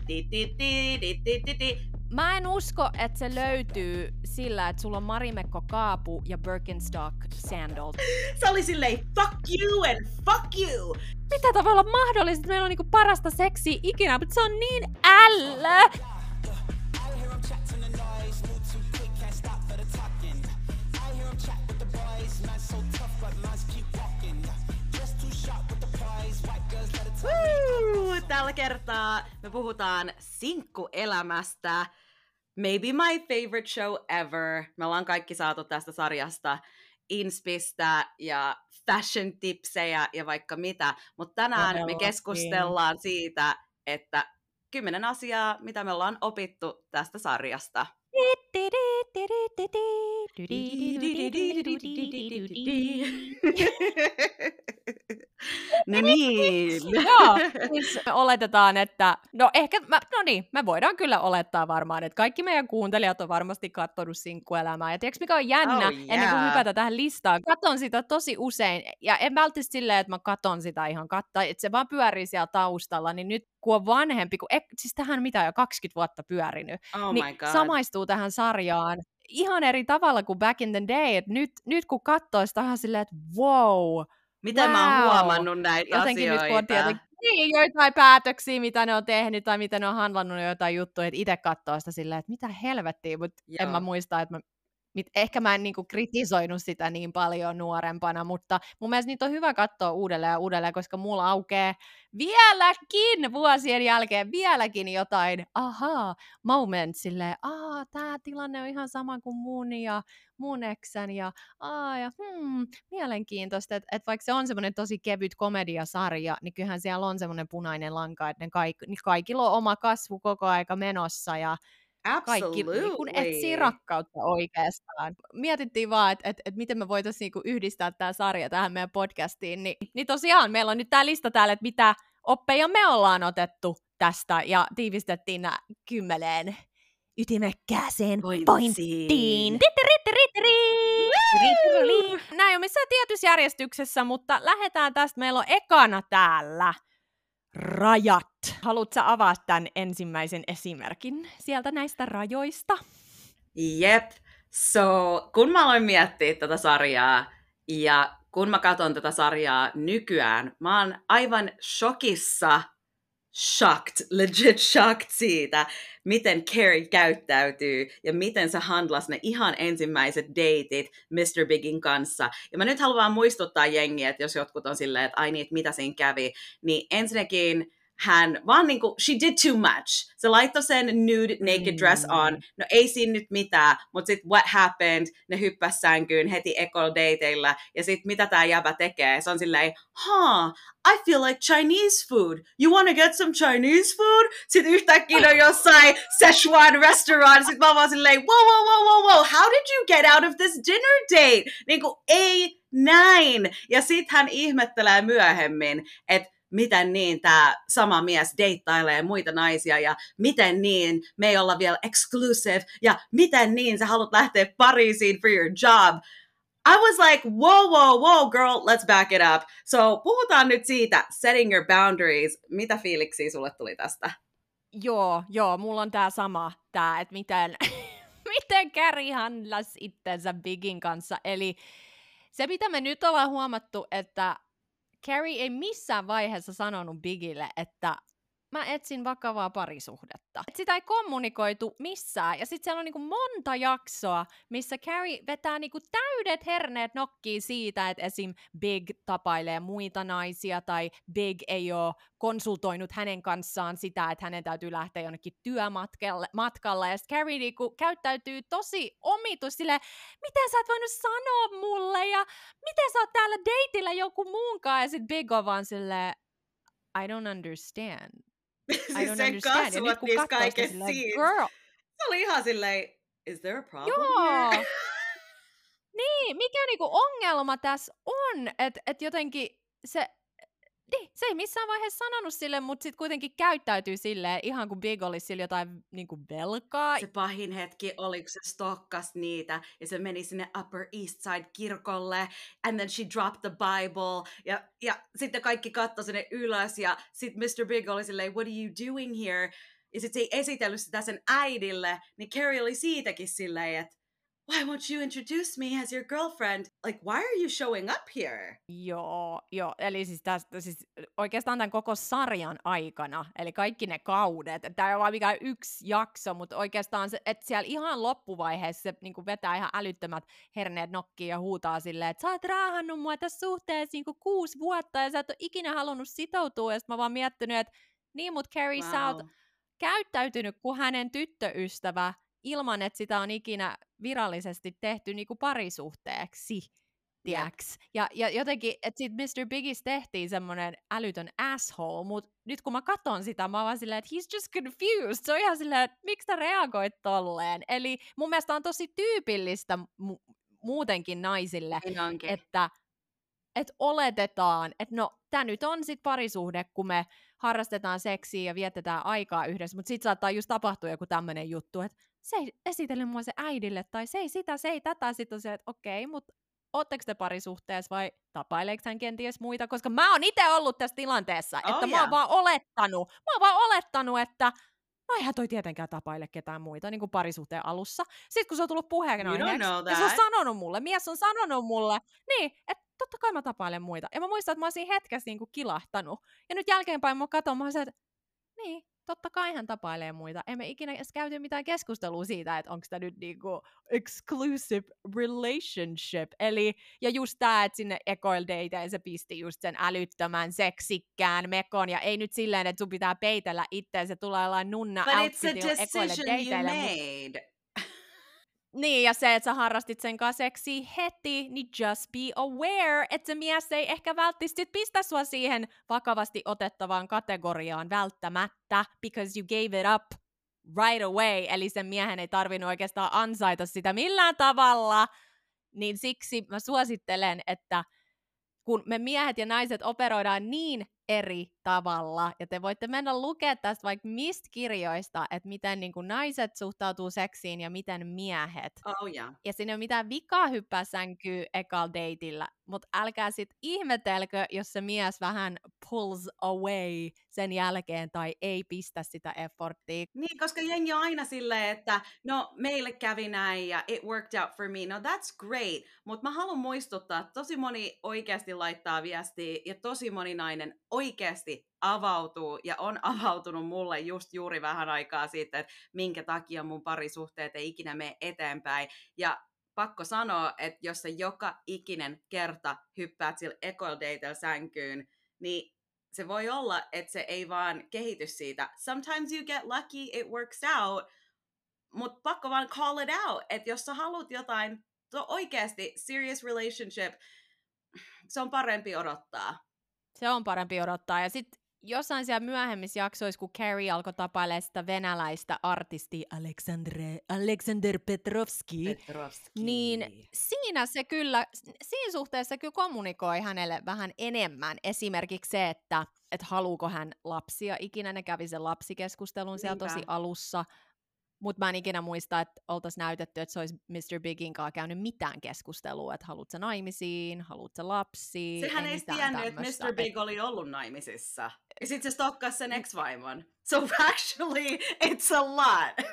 Mä en usko, että se löytyy sillä, että sulla on Marimekko Kaapu ja Birkenstock sandals. Se oli silleen, fuck you and fuck you! Mitä tää voi olla mahdollista? Meillä on niinku parasta seksiä ikinä, mutta se on niin ällö! Tällä kertaa me puhutaan sinkkuelämästä. Maybe my favorite show ever. Me ollaan kaikki saatu tästä sarjasta inspistä ja fashion tipsejä ja vaikka mitä. Mutta tänään me keskustellaan siitä, että 10 asiaa, mitä me ollaan opittu tästä sarjasta. No niin. Joo, siis me oletetaan, että me voidaan kyllä olettaa varmaan, että kaikki meidän kuuntelijat on varmasti katsonut sinkkuelämää. Ja tiedätkö mikä on jännä, ennen kuin hypätä tähän listaan, katon sitä tosi usein, ja en välttämättä silleen, että mä katon sitä ihan että se vaan pyörii siellä taustalla, niin nyt kun on vanhempi, siis tähän mitä jo 20 vuotta pyörinyt, niin samaistuu tähän sarjaan ihan eri tavalla kuin back in the day, että nyt kun katsoo sitä ihan silleen, että wow, miten mä oon huomannut näitä jotenkin asioita. Nyt kun joitain päätöksiä, mitä ne on tehnyt tai miten ne on handlannut jotain juttuja, että itse katsoo sitä silleen, että mitä helvettiä, mutta en mä muista, että ehkä mä en niinku kritisoinut sitä niin paljon nuorempana, mutta mun mielestä niitä on hyvä katsoa uudelleen ja uudelleen, koska mulla aukeaa vieläkin vuosien jälkeen jotain moment silleen, tää tilanne on ihan sama kuin mun ja mun eksän ja mielenkiintoista, että vaikka se on semmoinen tosi kevyt komediasarja, niin kyllähän siellä on semmoinen punainen lanka, että kaikilla on oma kasvu koko aika menossa ja kaikki kun etsii rakkautta oikeastaan. Mietittiin vaan, että miten me voitaisiin niinku yhdistää tämä sarja tähän meidän podcastiin. Niin tosiaan, meillä on nyt tämä lista täällä, että mitä oppeja me ollaan otettu tästä, ja tiivistettiin nämä 10 ytimekkääseen pointtiin. Nämä ei ole missään tietyssä järjestyksessä, mutta lähdetään tästä. Meillä on ekana täällä rajat. Haluatko avaa tämän ensimmäisen esimerkin sieltä näistä rajoista? Jep. So, kun mä aloin miettiä tätä sarjaa ja kun mä katson tätä sarjaa nykyään, mä oon aivan legit shocked siitä, miten Carrie käyttäytyy ja miten se handlasi ne ihan ensimmäiset dateit Mr. Bigin kanssa. Ja mä nyt haluan muistuttaa jengiä, että jos jotkut on silleen, että ai niin, että mitä siinä kävi, niin ensinnäkin hän vaan niinku, she did too much. Se laittoi sen nude naked dress on. No ei siinä nyt mitään, mutta sit what happened? Ne hyppäs sänkyyn heti ekodateilla. Ja sit mitä tää jäbä tekee? Se on silleen, I feel like Chinese food. You wanna get some Chinese food? Sit yhtäkkiä on jossain Szechuan restaurant. Sit mä vaan silleen, wow, how did you get out of this dinner date? Niinku ei näin. Ja sit hän ihmettelee myöhemmin, että miten niin tämä sama mies deittailee muita naisia ja miten niin me ei olla vielä exclusive ja miten niin sä haluat lähteä Pariisiin for your job. I was like, whoa, girl, let's back it up. So puhutaan nyt siitä, setting your boundaries. Mitä fiiliksiä sulle tuli tästä? Joo, mulla on tää sama, että miten Carrie handlasi itsensä Bigin kanssa. Eli se, mitä me nyt ollaan huomattu, että Carrie ei missään vaiheessa sanonut Bigille, että mä etsin vakavaa parisuhdetta. Sitä ei kommunikoitu missään. Ja sitten siellä on niinku monta jaksoa, missä Carrie vetää niinku täydet herneet nokkiin siitä, että esim. Big tapailee muita naisia tai Big ei ole konsultoinut hänen kanssaan sitä, että hänen täytyy lähteä jonnekin työmatkalle. Ja sitten Carrie niinku käyttäytyy tosi omituisesti silleen, miten sä et voinut sanoa mulle ja miten sä oot täällä dateilla joku muunkaan. Ja sitten Big on vaan silleen, I don't understand. Siis sen kasvot niissä kaikessa siinä. Se oli ihan silleen, is there a problem here? Niin, mikä niinku ongelma tässä on, että jotenkin se ei missään vaiheessa sanonut sille, mutta sitten kuitenkin käyttäytyy silleen, ihan kuin Big olisi sille jotain niinku velkaa. Se pahin hetki oli, kun se stokkas niitä, ja se meni sinne Upper East Side kirkolle, and then she dropped the Bible, ja sitten kaikki katsoi sinne ylös, ja sitten Mr. Big oli silleen, what are you doing here? ja sit se ei esitellyt sitä sen äidille, niin Carrie oli siitäkin silleen, että why won't you introduce me as your girlfriend? Like, why are you showing up here? Joo, eli siis tästä siis oikeastaan tämän koko sarjan aikana, eli kaikki ne kaudet, tämä ei ole vaan mikään yksi jakso, mutta oikeastaan se, että siellä ihan loppuvaiheessa se niin kuin vetää ihan älyttömät herneet nokkiin ja huutaa silleen, että sä oot raahannut mua tässä suhteessa niin kuin 6 vuotta ja sä et ole ikinä halunnut sitoutua, ja sitten mä vaan miettinyt, että niin, mutta Carrie, sä oot käyttäytynyt kuin hänen tyttöystävä ilman, että sitä on ikinä virallisesti tehty niin kuin parisuhteeksi. Tiiäks. Ja jotenkin, että sit Mr. Biggies tehtiin semmonen älytön asshole, mut nyt kun mä katon sitä, mä oon vaan silleen, että he's just confused. Se on ihan silleen, että miksi sä reagoit tolleen? Eli mun mielestä on tosi tyypillistä muutenkin naisille, että oletetaan, että no, tää nyt on sit parisuhde, kun me harrastetaan seksiä ja vietetään aikaa yhdessä, mutta sit saattaa just tapahtua joku tämmönen juttu, että se ei esitellä mua se äidille, tai se ei sitä, se ei tätä, sit on se, että okei, mutta ootteko te parisuhteessa vai tapaileeko hän kenties muita? Koska mä oon itse ollut tässä tilanteessa, että mä oon vaan olettanut, että no eihän toi tietenkään tapaile ketään muita niin kuin parisuhteen alussa. Sitten kun se on tullut puheenaiheeksi, ja se on sanonut mulle, mies on sanonut mulle, niin, että totta kai mä tapailen muita. Ja mä muistan, että mä oon siinä hetkessä niin kuin kilahtanut. Ja nyt jälkeenpäin mä katon, mä oon se, että niin, totta kai hän tapailee muita. Emme ikinä edes käyty mitään keskustelua siitä, että onko tämä nyt niinku exclusive relationship. Eli, ja just tämä, että sinne Ecoil Dateen se pisti just sen älyttömän seksikkään mekon, ja ei nyt silleen, että sun pitää peitellä itseä, se tulee olla nunna outfitilla Ecoille Dateille. Niin, ja se, että sä harrastit sen kanssa seksiä heti, niin just be aware, että se mies ei ehkä välttämättä pistä sua siihen vakavasti otettavaan kategoriaan välttämättä, because you gave it up right away, eli sen miehen ei tarvinnut oikeastaan ansaita sitä millään tavalla, niin siksi mä suosittelen, että kun me miehet ja naiset operoidaan niin eri tavalla, ja te voitte mennä lukea tästä vaikka mistä kirjoista, että miten niin kuin naiset suhtautuu seksiin ja miten miehet. Oh, yeah. Ja siinä ei ole mitään vikaa hyppää sänkyy ekalla dateilla, mutta älkää sit ihmetelkö, jos se mies vähän pulls away sen jälkeen tai ei pistä sitä efforttia. Niin, koska jengi on aina silleen, että no meille kävi näin ja it worked out for me. No that's great, mutta mä haluan muistuttaa, että tosi moni oikeasti laittaa viestiä ja tosi moni nainen oikeasti avautuu ja on avautunut mulle just juuri vähän aikaa siitä, että minkä takia mun parisuhteet ei ikinä mene eteenpäin. Ja pakko sanoa, että jos sä joka ikinen kerta hyppäät sillä Ecoil Dateilla sänkyyn, niin se voi olla, että se ei vaan kehity siitä. Sometimes you get lucky, it works out, mutta pakko vaan call it out, että jos sä haluat jotain oikeasti serious relationship, se on parempi odottaa. Se on parempi odottaa, ja sitten jossain siellä myöhemmissä jaksoissa, kun Carrie alkoi tapailemaan sitä venäläistä artistia Alexander Petrovski, niin siinä suhteessa kyllä kommunikoi hänelle vähän enemmän. Esimerkiksi se, että haluuko hän lapsia ikinä, ne kävi sen lapsikeskustelun siellä tosi alussa. Mutta mä en ikinä muista, että oltaisiin näytetty, että se olisi Mr. Bigin kanssa käynyt mitään keskustelua, että haluatko naimisiin, haluatko lapsia. Sehän ei tiennyt, että Mr. Big oli ollut naimisissa. Ja sitten se stokkasi sen ex-vaimon. So actually, it's a lot.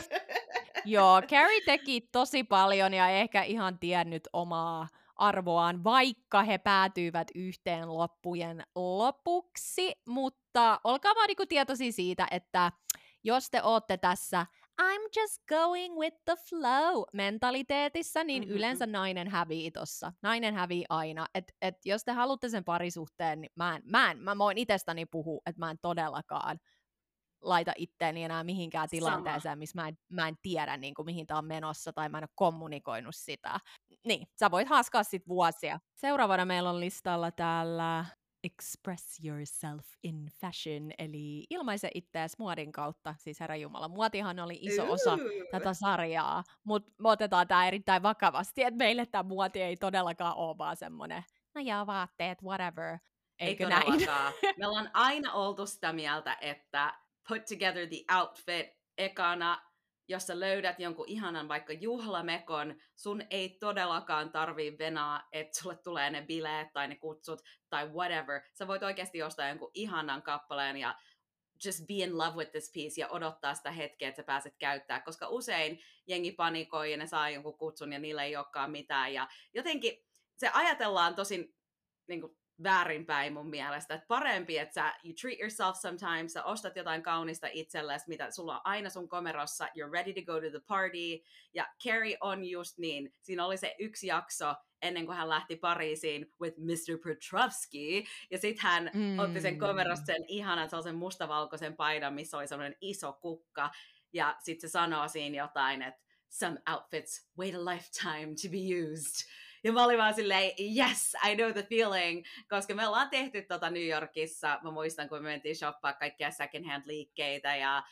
Joo, Carrie teki tosi paljon ja ehkä ihan tiennyt omaa arvoaan, vaikka he päätyivät yhteen loppujen lopuksi. Mutta olkaa vaan niinku tietoisia siitä, että jos te ootte tässä I'm just going with the flow mentaliteetissa, niin yleensä nainen hävii tossa. Nainen hävii aina. Et jos te haluatte sen parisuhteen, niin mä voin itsestäni puhua, että mä en todellakaan laita itteeni enää mihinkään tilanteeseen, missä mä en tiedä, niin kuin, mihin tää on menossa, tai mä en ole kommunikoinut sitä. Niin, sä voit haaskaa sit vuosia. Seuraavana meillä on listalla täällä Express yourself in fashion, eli ilmaise itseäsi muodin kautta, siis herranjumala. Muotihan oli iso osa tätä sarjaa, mutta me otetaan tämä erittäin vakavasti, että meille tämä muoti ei todellakaan ole vaan semmoinen, no joo, vaatteet, whatever. Eikö näin? Me ollaan aina oltu sitä mieltä, että put together the outfit ekana, jos sä löydät jonkun ihanan vaikka juhlamekon, sun ei todellakaan tarvii venaa, että sulle tulee ne bileet tai ne kutsut tai whatever. Sä voit oikeasti ostaa jonkun ihanan kappaleen ja just be in love with this piece ja odottaa sitä hetkeä, että sä pääset käyttää, koska usein jengi panikoi ja ne saa jonkun kutsun ja niillä ei olekaan mitään ja jotenkin se ajatellaan tosin niin kuin väärinpäin mun mielestä, että parempi, että sä you treat yourself sometimes, sä ostat jotain kaunista itsellesi, mitä sulla on aina sun komerossa, you're ready to go to the party, ja Carrie on just niin, siinä oli se yksi jakso, ennen kuin hän lähti Pariisiin with Mr. Petrovski, ja sit hän otti sen komerosta sen ihanan sellaisen mustavalkoisen paidan, missä oli sellainen iso kukka, ja sit se sanoo siinä jotain, että some outfits wait a lifetime to be used. Ja mä olin vaan silleen, yes, I know the feeling, koska me ollaan tehty New Yorkissa. Mä muistan, kun me mentiin shoppaa kaikkia second hand liikkeitä ja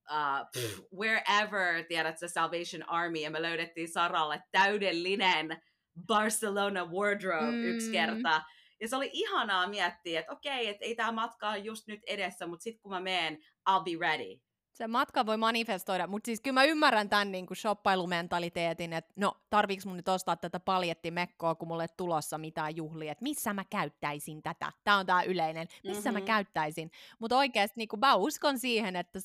wherever, tiedätkö, Salvation Army, ja me löydettiin Saralle täydellinen Barcelona wardrobe yksi kerta. Ja se oli ihanaa miettiä, että okei, että ei tää matka ole just nyt edessä, mutta sit kun mä menen, I'll be ready. Se matka voi manifestoida, mutta siis kyllä mä ymmärrän tämän niin kuin shoppailumentaliteetin, että no tarviiks mun nyt ostaa tätä paljettimekkoa, kun mulle ei tulossa mitään juhlia, että missä mä käyttäisin tätä. Tää on tää yleinen, missä mä käyttäisin. Mutta oikeasti niin kuin mä uskon siihen, että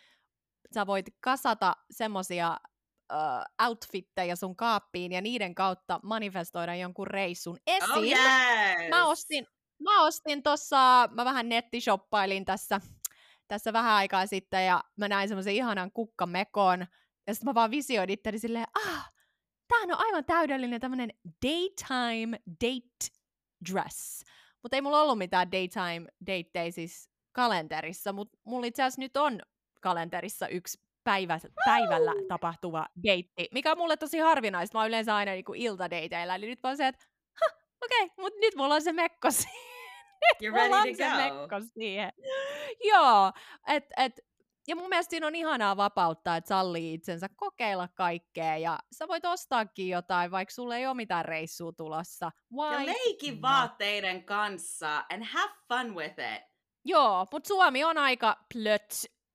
sä voit kasata semmosia outfitteja sun kaappiin ja niiden kautta manifestoida jonkun reissun. Esim. Oh, yes. Mä ostin tossa, mä vähän nettishoppailin tässä vähän aikaa sitten, ja mä näin semmoisen ihanan kukkamekon, ja sitten mä vaan visioin itteni silleen, tämähän on aivan täydellinen tämmönen daytime date dress. Mutta ei mulla ollut mitään daytime dateja siis kalenterissa, mutta mulla itse asiassa nyt on kalenterissa yksi päivällä tapahtuva deitti, mikä on mulle tosi harvinaista. Mä oon yleensä aina niinku iltadeiteillä, eli nyt vaan se, että okei, mutta nyt mulla on se mekko You're ready to go. Mekko siihen. Joo, ja mun mielestä siinä on ihanaa vapauttaa, että sallii itsensä kokeilla kaikkea, ja sä voit ostaakin jotain, vaikka sulla ei ole mitään reissua tulossa. Ja leikin vaatteiden kanssa, and have fun with it. Joo, mutta Suomi on aika plöt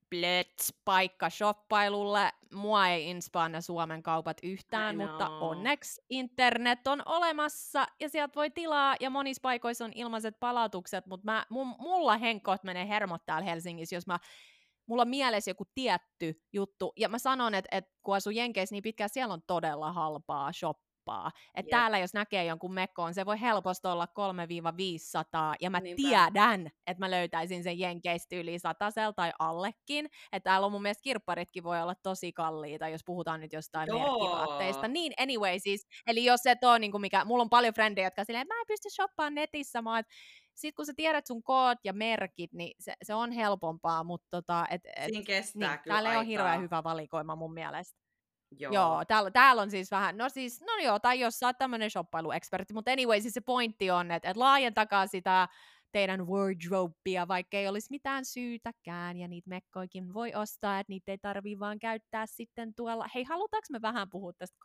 paikka shoppailulle. Mua ei inspaanna Suomen kaupat yhtään, mutta onneksi internet on olemassa ja sieltä voi tilaa ja monissa paikoissa on ilmaiset palautukset, mutta mulla henkot menee hermot täällä Helsingissä, jos mulla on mielessä joku tietty juttu ja mä sanon, että kun asuu Jenkeissä niin pitkään, siellä on todella halpaa shoppaa. Että täällä jos näkee jonkun mekkoon, se voi helposti olla 300–500, ja mä tiedän, että mä löytäisin sen Jenkeistä yli 100 tai allekin. Että täällä on mun mielestä kirpparitkin voi olla tosi kalliita, jos puhutaan nyt jostain merkkivaatteista. Niin anyway siis, eli jos et ole niinku mikä, mulla on paljon frendejä, jotka silleen, mä en pysty shoppaamaan netissä, sit kun sä tiedät sun koot ja merkit, niin se on helpompaa, mutta siinä kestää niin, kyllä täällä ei ole hirveän hyvä valikoima mun mielestä. Joo, täällä on siis vähän, tai jos sä oot tämmönen shoppailuekspertti, mutta anyway, siis se pointti on, että laajentakaa sitä teidän wardrobea, vaikka ei olisi mitään syytäkään, ja niitä mekkoikin voi ostaa, että niitä ei tarvii vaan käyttää sitten tuolla. Hei, halutaanko me vähän puhua tästä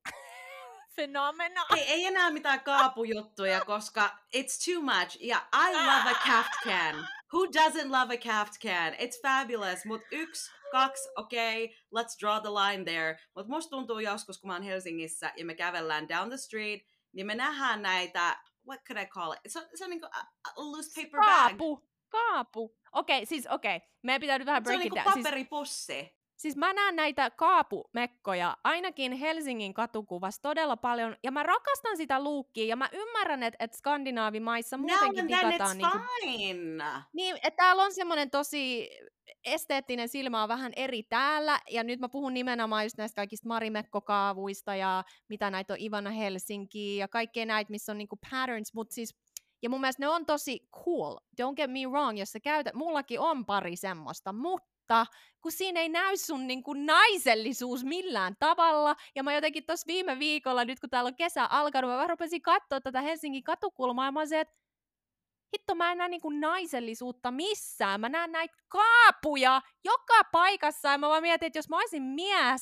fenomena? Ei enää mitään kaapujuttuja, koska it's too much. Yeah, I love a Kaft can. Who doesn't love a Kaft can? It's fabulous. Mut 1, 2, okay, let's draw the line there. Mut musta tuntuu joskus, kun mä oon Helsingissä ja me kävellään down the street, niin me nähdään näitä, what could I call it? Se on niinku a loose paper bag. Kaapu. Okei. Meidän pitää nyt vähän break it down. Se on niinku paperipussi. Siis mä näen näitä kaapumekkoja ainakin Helsingin katukuvassa todella paljon, ja mä rakastan sitä luukkia, ja mä ymmärrän, että skandinaavimaissa muutenkin digataan. Niin, että täällä on semmoinen tosi esteettinen silmä on vähän eri täällä, ja nyt mä puhun nimenomaan just näistä kaikista marimekkokaavuista, ja mitä näitä on Ivana Helsinki, ja kaikkea näitä, missä on niinku patterns, mutta siis, ja mun mielestä ne on tosi cool, don't get me wrong, jos sä käytät, mullakin on pari semmoista, mutta kun siinä ei näy sun niin kuin naisellisuus millään tavalla, ja mä jotenkin tossa viime viikolla, nyt kun täällä on kesä alkanut, mä rupesin katsoa tätä Helsingin katukulmaa, ja mä oon se, että hitto, mä en näe niin kuin naisellisuutta missään, mä näen näitä kaapuja joka paikassa, ja mä vaan mietin, että jos mä olisin mies,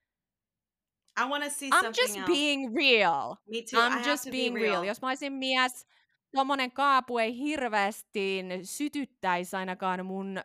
I wanna see I'm something just else. being real. Me too. I'm just being real. Jos mä olisin mies, tommonen kaapu ei hirveästi sytyttäisi ainakaan mun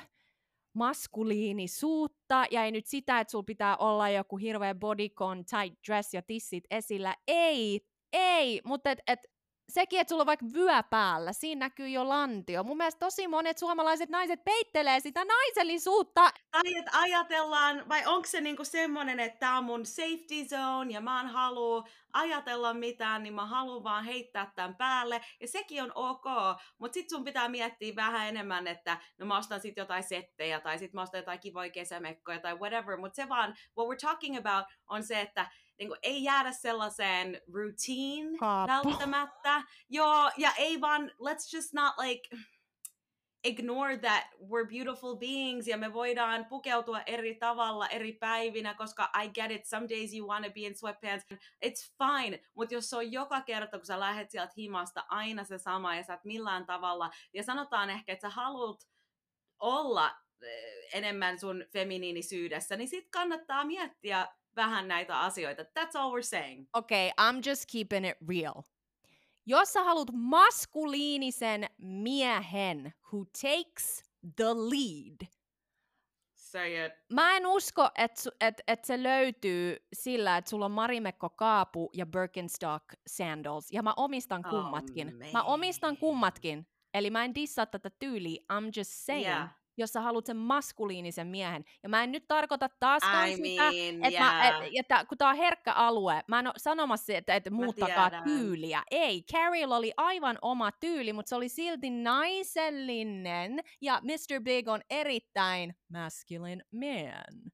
maskuliinisuutta, ja ei nyt sitä, että sulla pitää olla joku hirveä bodycon, tight dress ja tissit esillä. Ei, mutta sekin, että sulla on vaikka vyö päällä, siinä näkyy jo lantio. Mun mielestä tosi monet suomalaiset naiset peittelee sitä naisellisuutta. Tai että ajatellaan, vai onko se niinku semmoinen, että tää on mun safety zone ja mä en halua ajatella mitään, niin mä haluan vaan heittää tämän päälle. Ja sekin on ok, mutta sit sun pitää miettiä vähän enemmän, että no mä ostan sit jotain settejä tai sit mä ostan jotain kivoja kesämekkoja tai whatever. Mutta se vaan, what we're talking about on se, että niinku, ei jäädä sellaiseen routine välttämättä. Joo, ja ei vaan, let's just not like ignore that we're beautiful beings ja me voidaan pukeutua eri tavalla eri päivinä, koska I get it, some days you want to be in sweatpants, it's fine, mutta jos se on joka kerta, kun sä lähdet sieltä himasta aina se sama ja sä et millään tavalla, ja sanotaan ehkä, että sä haluat olla enemmän sun feminiinisyydessä, niin sit kannattaa miettiä vähän näitä asioita. That's all we're saying. Okay, I'm just keeping it real. Jos sä haluat maskuliinisen miehen who takes the lead, say it. Mä en usko, että se löytyy sillä, että sulla on Marimekko kaapu ja Birkenstock sandals, ja mä omistan kummatkin. Mä omistan kummatkin, eli mä en dissaa tätä tyyliä, I'm just saying. Jos sä haluat sen maskuliinisen miehen. Ja mä en nyt tarkoita taaskaan sitä, että kun tää on herkkä alue, mä en ole sanomassa, että muuttakaa tyyliä. Ei, Carriella oli aivan oma tyyli, mutta se oli silti naisellinen. Ja Mr. Big on erittäin masculine man.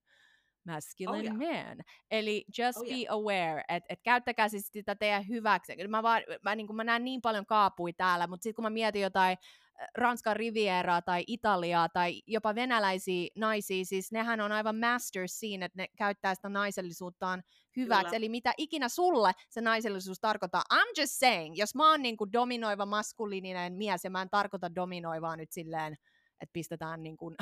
Man. Eli just be aware, että käyttäkää siis sitä teidän hyväksi. Mä näen niin paljon kaapuja täällä, mutta sitten kun mä mietin jotain Ranskan Rivieraa tai Italiaa tai jopa venäläisiä naisia, siis nehän on aivan masters siinä, että ne käyttää sitä naisellisuuttaan hyväksi. Kyllä. Eli mitä ikinä sulle se naisellisuus tarkoittaa. I'm just saying, jos mä oon niinku dominoiva maskuliininen mies ja mä en tarkoita dominoivaa nyt silleen, että pistetään niinku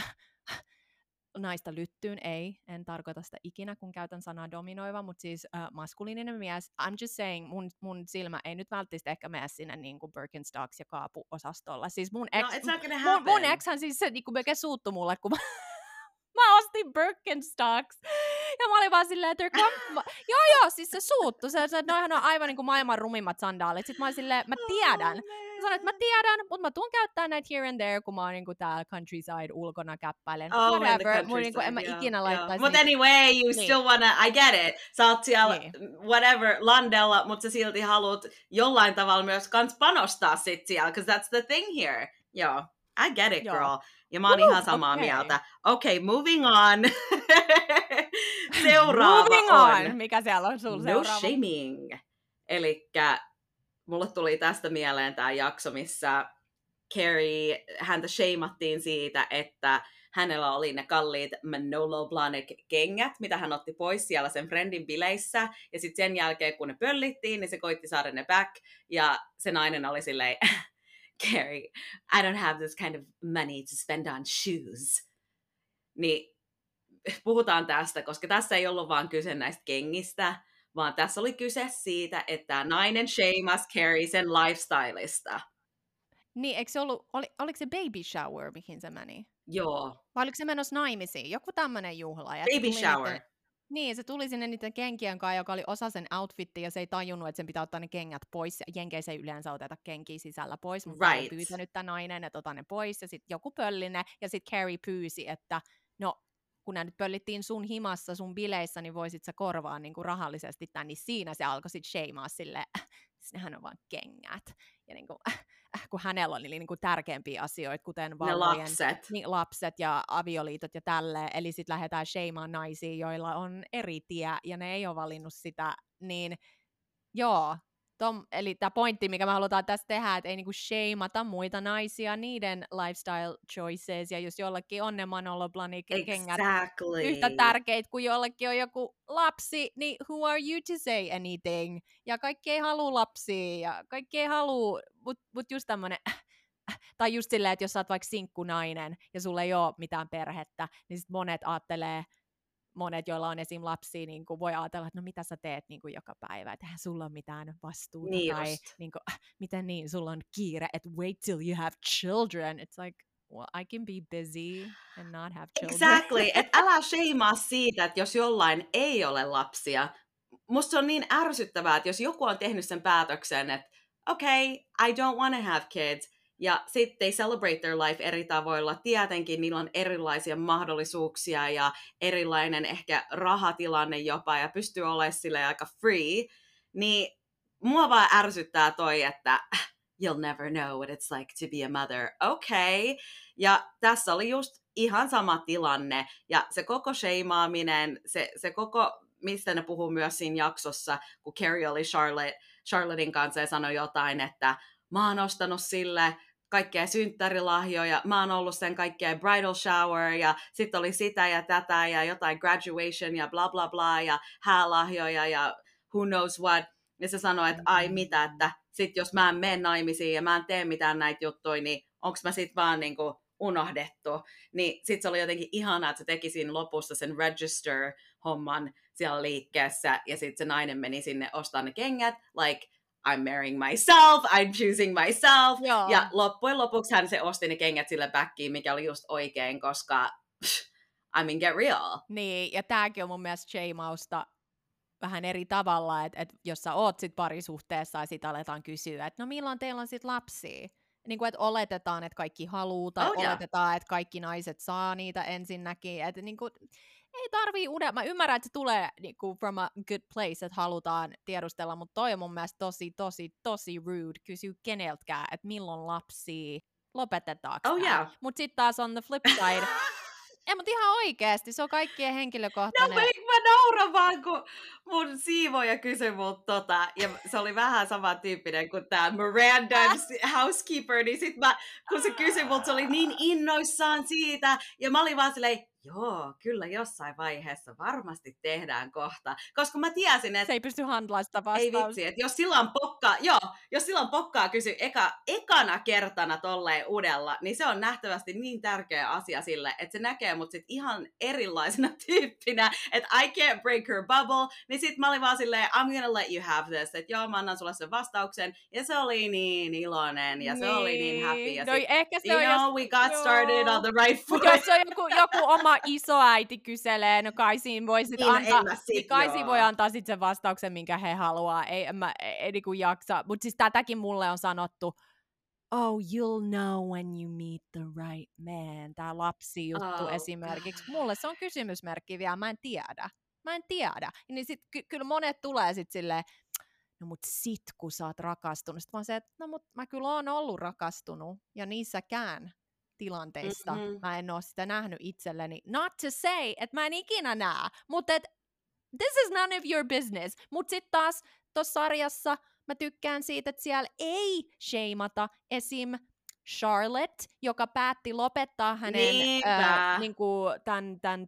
naista lyttyyn, en tarkoita sitä ikinä, kun käytän sanaa dominoiva, mutta siis maskuliininen mies, I'm just saying, mun silmä ei nyt välttämättä ehkä mene sinne niin kuin Birkenstocks ja kaapuosastolla. Siis mun ex-hän siis se niin kuin melkein suuttui mulle, kun mä ostin Birkenstocks. Ja mä olin vaan silleen, että joo, siis se suuttu. Noihän on aivan niin kuin maailman rumimmat sandaalit. Sitten mä olin silleen, mä tiedän. Mä sanoin, että mä tiedän, mutta mä tuun käyttää näitä here and there, kun mä oon niin kuin täällä countryside ulkona käppäilen. Whatever. Niin kuin, en mä ikinä laittaisi. Mutta anyway, you still wanna, I get it. Sä oot siellä, whatever, landella, mutta sä silti haluat jollain tavalla myös kans panostaa sit siellä, because that's the thing here. Joo, I get it, girl. Ja mä oon ihan samaa mieltä. Okay, moving on. Seuraava on. Mikä siellä on sun seuraava? No shaming. Elikkä mulle tuli tästä mieleen tää jakso, missä Carrie, häntä shameattiin siitä, että hänellä oli ne kalliit Manolo Blahnik-kengät, mitä hän otti pois siellä sen friendin bileissä. Ja sitten sen jälkeen, kun ne pöllittiin, niin se koitti saada ne back. Ja se nainen oli silleen, Carrie, I don't have this kind of money to spend on shoes. Niin puhutaan tästä, koska tässä ei ollut vaan kyse näistä kengistä, vaan tässä oli kyse siitä, että nainen shameasi Carrie sen lifestylista. Niin, eikö se oliko se baby shower, mihin se meni? Joo. Vai oliko se menossa naimisiin? Joku tämmöinen juhla. Ja baby shower. Niin, se tuli sinne niiden kenkien kanssa, joka oli osa sen outfittia, ja se ei tajunnut, että sen pitää ottaa ne kengät pois. Jenkeissä ei yleensä oteta kenkiä sisällä pois, mutta right. Pyytänyt tämä nainen, että ota ne pois, ja sitten joku pölli ne, ja sitten Carrie pyysi, että no, kun nämä nyt pöllittiin sun himassa, sun bileissä, niin voisit sä korvaa niin kuin rahallisesti tämän, niin siinä se alkoi sitten shameaa silleen, nehän on vaan kengät. Ja niin kuin, kun hänellä oli niin kuin tärkeämpiä asioita, kuten vauvojen lapset ja avioliitot ja tälleen, eli sitten lähdetään shameaan naisia, joilla on eri tie, ja ne ei ole valinnut sitä, niin joo. Eli tämä pointti, mikä me halutaan tässä tehdä, että ei niinku shameata muita naisia, niiden lifestyle choices, ja jos jollakin on ne Manolo Blahnik-kengät yhtä tärkeitä kuin jollekin on joku lapsi, niin who are you to say anything? Ja kaikki ei halua lapsia, ja kaikki ei halua, mutta just tämmönen, tai just silleen, että jos sä oot vaikka sinkkunainen, ja sulla ei ole mitään perhettä, niin sit monet, joilla on esim. Lapsia, niin kuin voi ajatella, että no mitä sä teet niin kuin joka päivä, että eihän sulla ole mitään vastuuta, niin tai niin kuin, miten niin, sulla on kiire, että wait till you have children. It's like, well, I can be busy and not have children. Exactly, että älä shameaa siitä, että jos jollain ei ole lapsia. Musta se on niin ärsyttävää, että jos joku on tehnyt sen päätöksen, että okay, I don't want to have kids. Ja sitten they celebrate their life eri tavoilla. Tietenkin niillä on erilaisia mahdollisuuksia ja erilainen ehkä rahatilanne jopa ja pystyy olemaan silleen aika free. Niin mua vaan ärsyttää toi, että you'll never know what it's like to be a mother. Okay. Ja tässä oli just ihan sama tilanne. Ja se koko sheimaaminen, se koko, mistä ne puhuu myös siinä jaksossa, kun Carrie oli Charlottein kanssa ja sanoi jotain, että mä oon ostanut sille kaikkea synttärilahjoja, mä oon ollut sen kaikkea bridal shower, ja sitten oli sitä ja tätä, ja jotain graduation, ja bla bla bla, ja häälahjoja, ja who knows what. Ja se sanoi, että ai mitä, että sit jos mä en mene naimisiin, ja mä en tee mitään näitä juttuja, niin onks mä sit vaan niinku unohdettu. Niin sit se oli jotenkin ihanaa, että se teki siinä lopussa sen register-homman siellä liikkeessä, ja sit se nainen meni sinne ostamaan ne kengät, like, I'm marrying myself, I'm choosing myself. Joo. Ja loppujen lopuksi hän se osti ne kengät sille backiin, mikä oli just oikein, koska I mean, get real. Niin, ja tääkin on mun mielestä shameausta vähän eri tavalla, että jos sä oot sit parisuhteessa ja sit aletaan kysyä, että no milloin teillä on sit lapsia? Niin kuin, että oletetaan, että kaikki haluaa, tai oletetaan, että kaikki naiset saa niitä ensinnäkin, että niin kuin, ei tarvii mä ymmärrän, että se tulee niin kuin from a good place, että halutaan tiedustella, mutta toi on mun mielestä tosi rude kysyä keneltäkään, että milloin lapsia, lopetetaanko Mutta sitten taas on the flip side, ei, mutta ihan oikeasti, se on kaikkien henkilökohtainen. No mä nauran vaan, kun mun siivoja kysyi multa ja se oli vähän samantyyppinen kuin tää Mirandan housekeeper, niin sit kun se kysyi multa, se oli niin innoissaan siitä, ja mä olin vaan silleen, joo, kyllä jossain vaiheessa varmasti tehdään kohta, koska mä tiesin, että se ei pysty handlaamaan sitä vastausta. Ei vitsi, että jos silloin pokkaa kysyy ekana kertana tolleen udella, niin se on nähtävästi niin tärkeä asia sille, että se näkee mut sit ihan erilaisena tyyppinä, että I can't break her bubble, niin sit mä olin vaan silleen, I'm gonna let you have this, että joo, mä annan sulle sen vastauksen, ja se oli niin iloinen, ja se oli niin happy, ja no, ehkä se you know, we got started on the right foot. Jos on joku oma isoäiti kyselee, no kai siinä voi sit antaa, kai voi antaa sit sen vastauksen, minkä he haluaa, ei niinku jaksa, mutta siis tätäkin mulle on sanottu, oh, you'll know when you meet the right man, tää lapsijuttu esimerkiksi, mulle se on kysymysmerkki vielä, mä en tiedä, niin sit kyllä monet tulee sit silleen, no mut sit kun sä oot rakastunut, sit vaan se, että no mut mä kyllä oon ollut rakastunut, ja niissäkään tilanteissa mä en oo sitä nähnyt itselleni. Not to say, että mä en ikinä näe, mutta this is none of your business. Mut sit taas tossa sarjassa mä tykkään siitä, että siellä ei shameata esim. Charlotte, joka päätti lopettaa hänen niinku, tämän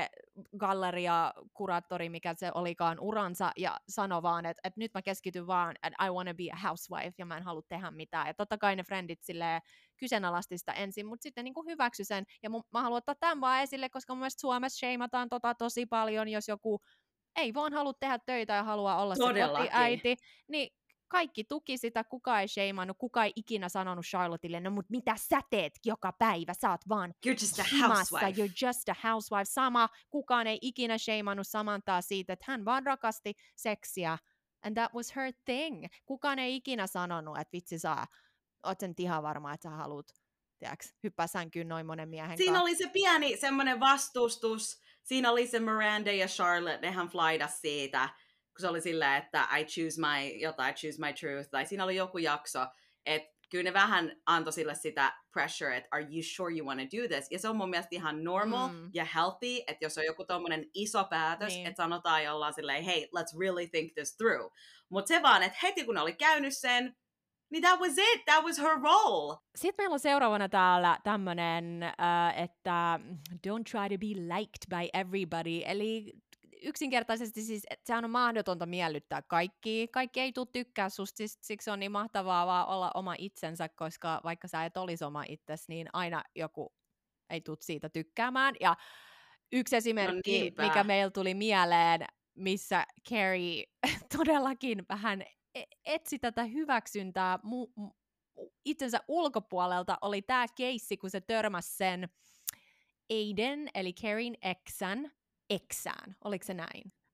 taidegalleria-kuraattori, mikä se olikaan uransa, ja sanoi vaan, että nyt mä keskityn vaan, että I wanna be a housewife, ja mä en halua tehdä mitään. Ja totta kai ne friendit silleen kyseenalaisti sitä ensin, mutta sitten niinku hyväksy sen. Ja mä haluan ottaa tämän vaan esille, koska mun mielestä Suomessa shameataan tosi paljon, jos joku ei vaan halua tehdä töitä ja haluaa olla se kotiäiti, niin kaikki tuki sitä, kukaan ei shameannut, kukaan ei ikinä sanonut Charlottelle, no mut mitä sä teet joka päivä, sä oot vaan you're just a housewife. You're just a housewife. Sama, kukaan ei ikinä shameannut Samantaa siitä, että hän vaan rakasti seksiä, and that was her thing. Kukaan ei ikinä sanonut, että vitsi oot sen ihan varma, että sä haluat, hyppää sänkyyn noin monen miehen kanssa. Siinä oli se pieni semmoinen vastustus, siinä oli se Miranda ja Charlotte, nehän flaidas siitä, kun se oli silleen, että I choose my truth, tai siinä oli joku jakso, että kyllä ne vähän antoi sille sitä pressure, että are you sure you want to do this? Ja se on mun mielestä ihan normal ja healthy, että jos on joku tommonen iso päätös, että sanotaan ja ollaan silleen, hey, let's really think this through. Mutta se vaan, että heti kun ne oli käynyt sen, niin that was it, that was her role. Sitten meillä on seuraavana täällä tämmönen, että don't try to be liked by everybody, eli yksinkertaisesti siis, että sehän on mahdotonta miellyttää kaikki. Kaikki ei tule tykkää susta, siksi on niin mahtavaa vaan olla oma itsensä, koska vaikka sä et olisi oma itsesi, niin aina joku ei tule siitä tykkäämään. Ja yksi esimerkki, mikä meillä tuli mieleen, missä Carrie todellakin vähän etsi tätä hyväksyntää itsensä ulkopuolelta, oli tämä keissi, kun se törmäsi sen Aiden, eli Carrien eksään. Oliko se näin?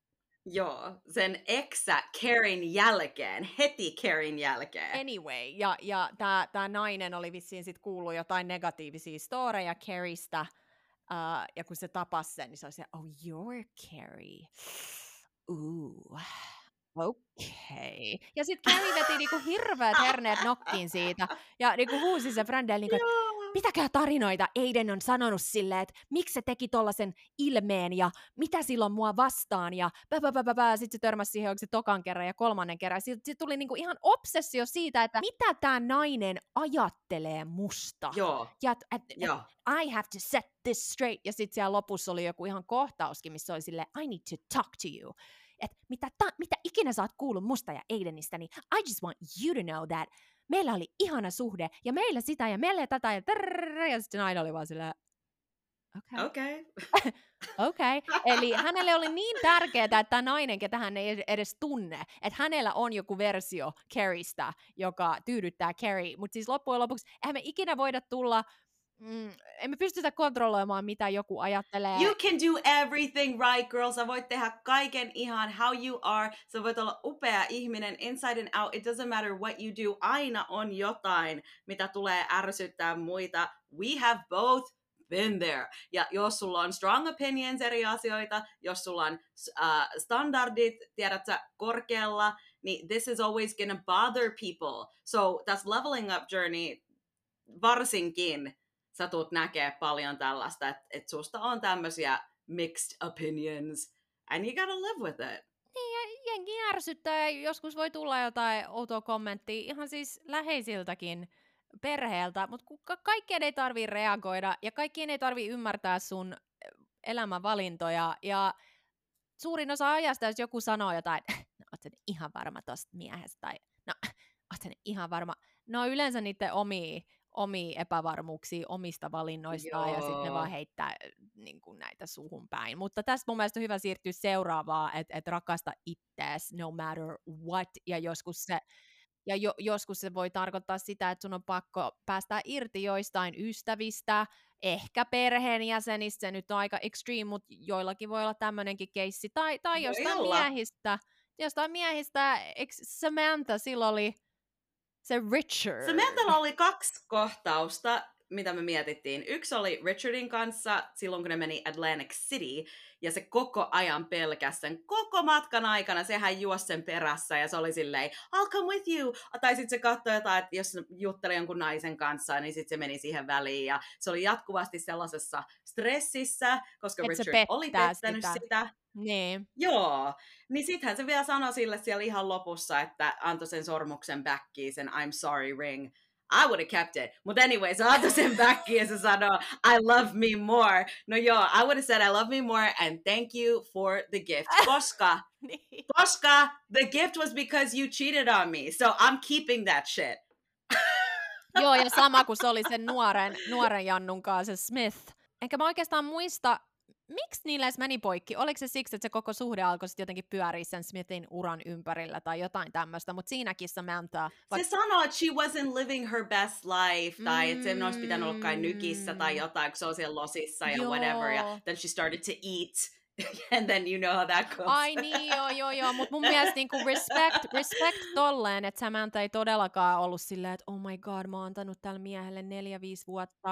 Joo, sen eksä Caryn jälkeen, heti Caryn jälkeen. Anyway, ja tää nainen oli vissiin sit kuullut jotain negatiivisia storeja Carrystä, ja kun se tapasi sen, niin se oli se, oh, you're Carry. Ooh. Okei. Ja sitten Carrie veti niinku hirveät herneet nokkiin siitä, ja niinku huusi se Brandelle, niinku, että mitäkään tarinoita Aiden on sanonut silleen, että miksi se teki tollasen ilmeen, ja mitä silloin mua vastaan, ja sitten se törmäsi siihen oikein tokan kerran ja kolmannen kerran. Siitä tuli niinku ihan obsessio siitä, että mitä tämä nainen ajattelee musta. Joo. Ja I have to set this straight. Ja sitten siellä lopussa oli joku ihan kohtauskin, missä oli silleen, I need to talk to you. Että mitä ikinä sä oot kuullut musta ja Aidenista, niin I just want you to know that meillä oli ihana suhde, ja meillä sitä, ja meillä tätä, ja sitten nainen oli vaan silleen, okei. Eli hänelle oli niin tärkeää, että tämä nainen, ketä hän ei edes tunne, että hänellä on joku versio Carrystä, joka tyydyttää Carrie, mutta siis loppujen lopuksi eihän me ikinä voida tulla, emme pystytä kontrolloimaan, mitä joku ajattelee. You can do everything right, girl. Sä voit tehdä kaiken ihan how you are. Sä voit olla upea ihminen inside and out. It doesn't matter what you do. Aina on jotain, mitä tulee ärsyttää muita. We have both been there. Ja jos sulla on strong opinions eri asioita, jos sulla on standardit, tiedät sä, korkealla, niin this is always gonna bother people. So that's leveling up journey varsinkin. Sä tulet näkee paljon tällaista, että susta on tämmöisiä mixed opinions, and you gotta live with it. Niin, ja jengi ärsyttää, ja joskus voi tulla jotain outoa kommenttia, ihan siis läheisiltäkin perheeltä, mutta kaikkien ei tarvii reagoida, ja kaikkien ei tarvii ymmärtää sun elämänvalintoja, ja suurin osa ajasta, jos joku sanoo jotain, no, oot sä ihan varma tosta miehestä, tai no, oot sä ihan varma, no yleensä niiden omia epävarmuuksia omista valinnoistaan, ja sitten ne vaan heittää niin kuin näitä suhun päin. Mutta tästä mun mielestä on hyvä siirtyä seuraavaan, että rakasta ittees no matter what, ja joskus se voi tarkoittaa sitä, että sun on pakko päästää irti joistain ystävistä, ehkä perheenjäsenistä, se nyt on aika extreme, mutta joillakin voi olla tämmöinenkin keissi, tai jostain miehistä, Samantha silloin oli se Richard. Samanthalla oli 2 kohtausta, mitä me mietittiin. Yksi oli Richardin kanssa silloin, kun ne meni Atlantic City, ja se koko ajan pelkäsi sen koko matkan aikana. Sehän juosi sen perässä, ja se oli silleen, I'll come with you. Tai sitten se katsoi jotain, että jos jutteli jonkun naisen kanssa, niin sitten se meni siihen väliin. Ja se oli jatkuvasti sellaisessa stressissä, koska Et Richard oli pettänyt sitä. Niin. Joo, niin sittenhän se vielä sanoi sille siellä ihan lopussa, että antoi sen sormuksen backiin, sen I'm sorry ring. I would have kept it. But anyway, se antoi sen backiin ja se sanoi, I love me more. No joo, I would have said I love me more and thank you for the gift. Koska the gift was because you cheated on me. So I'm keeping that shit. Joo, ja sama kuin se oli sen nuoren Jannun kanssa, se Smith. Enkä mä oikeastaan muista, miksi niillä edes meni poikki? Oliko se siksi, että se koko suhde alkoi sitten jotenkin pyöriä sen Smithin uran ympärillä tai jotain tämmöistä, mutta siinäkin Samantha... Se sanoi, että she wasn't living her best life, tai että se olisi pitänyt olla kai nykissä tai jotain, kun se on siellä losissa ja whatever, ja then she started to eat, and then you know how that goes. Ai niin, joo, mutta mun mielestä niinku respect tolleen, että Samantha ei todellakaan ollut silleen, että oh my god, mä oon antanut tälle miehelle 4-5 vuotta,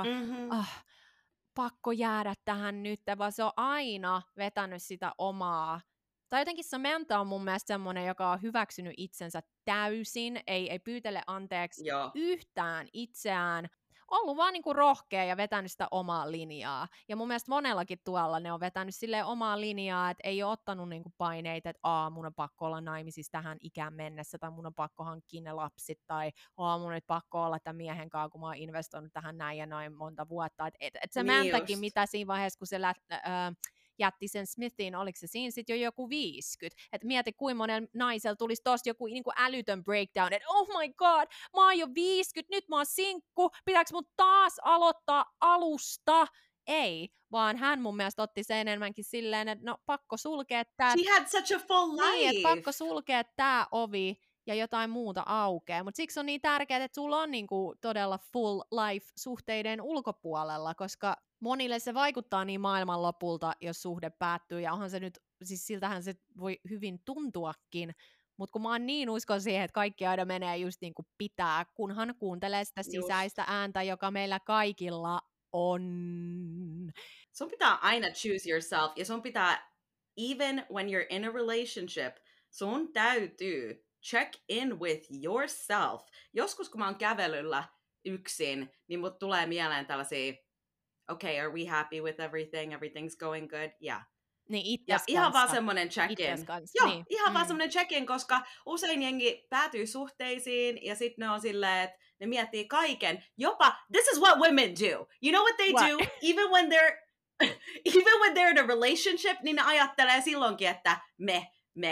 pakko jäädä tähän nyt, vaan se on aina vetänyt sitä omaa. Tai jotenkin Samantha on mun mielestä semmoinen, joka on hyväksynyt itsensä täysin, ei pyytele anteeksi yhtään itseään, ollut vaan niinku rohkea ja vetänyt sitä omaa linjaa. Ja mun mielestä monellakin tuolla ne on vetänyt silleen omaa linjaa, että ei ole ottanut niinku paineita, että mun on pakko olla naimisissa tähän ikään mennessä, tai mun on pakko hankkia ne lapsit, tai mun on pakko olla tämän miehen kanssa, kun mä oon investoinut tähän näin ja noin monta vuotta. Et se Samanthakin, mitä siinä vaiheessa, kun se jätti sen Smithin, oliko se siinä sitten jo joku 50. Että mieti, kuinka monella naisella tulisi tosta joku niin kuin älytön breakdown, että oh my god, mä oon jo 50, nyt mä oon sinkku, pitääkö mun taas aloittaa alusta? Ei, vaan hän mun mielestä otti sen enemmänkin silleen, että no pakko sulkea tää. She had such a full life. Niin, että pakko sulkea tää ovi ja jotain muuta aukeaa. Mutta siksi on niin tärkeää, että sulla on niinku todella full life suhteiden ulkopuolella, koska monille se vaikuttaa niin maailmanlopulta, jos suhde päättyy, ja onhan se nyt, siis siltähän se voi hyvin tuntuakin, mutta kun mä oon niin uskon siihen, että kaikki aina menee just niin kuin pitää, kunhan kuuntelee sitä sisäistä ääntä, joka meillä kaikilla on. Sun pitää aina choose yourself, ja sun pitää, even when you're in a relationship, sun täytyy check in with yourself. Joskus kun mä oon kävelyllä yksin, niin mut tulee mieleen tällaisia, okay, are we happy with everything? Everything's going good? Yeah. Niin ja ihan vaan semmoinen check-in. Joo, niin. ihan vaan semmoinen check-in, koska usein jengi päätyy suhteisiin ja sitten ne on silleen, että ne miettii kaiken. Jopa, this is what women do. You know what they do? Even when they're in a relationship, niin ne ajattelee silloinkin, että me,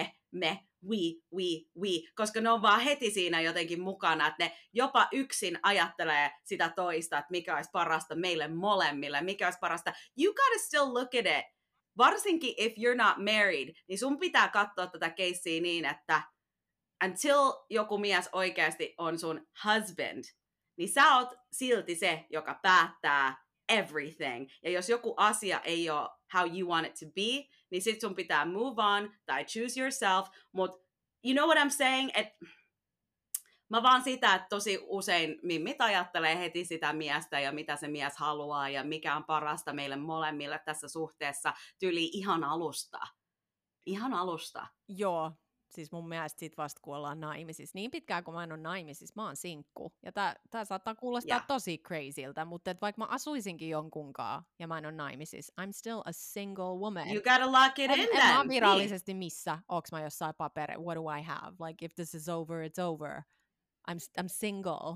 we, koska ne on vaan heti siinä jotenkin mukana, että ne jopa yksin ajattelee sitä toista, että mikä olisi parasta meille molemmille, mikä olisi parasta. You gotta still look at it. Varsinkin if you're not married, niin sun pitää katsoa tätä keissiä niin, että until joku mies oikeasti on sun husband, niin sä oot silti se, joka päättää everything. Ja jos joku asia ei ole how you want it to be, niin sit sun pitää move on tai choose yourself. Mut you know what I'm saying? Mä vaan sitä, että tosi usein mimmit ajattelee heti sitä miestä ja mitä se mies haluaa ja mikä on parasta meille molemmille tässä suhteessa tyyli ihan alusta. Ihan alusta. Joo, siis mun mielestä sit vasta kun ollaan naimisissa. Niin pitkään kun mä en ole naimisissa, mä oon sinkku. Ja tää saattaa kuulostaa tosi crazyltä, mutta et vaikka mä asuisinkin jonkunkaan ja mä en ole naimisissa, I'm still a single woman. You gotta lock it in then. En mä virallisesti missä, onks mä jossain what do I have? Like if this is over, it's over. I'm single.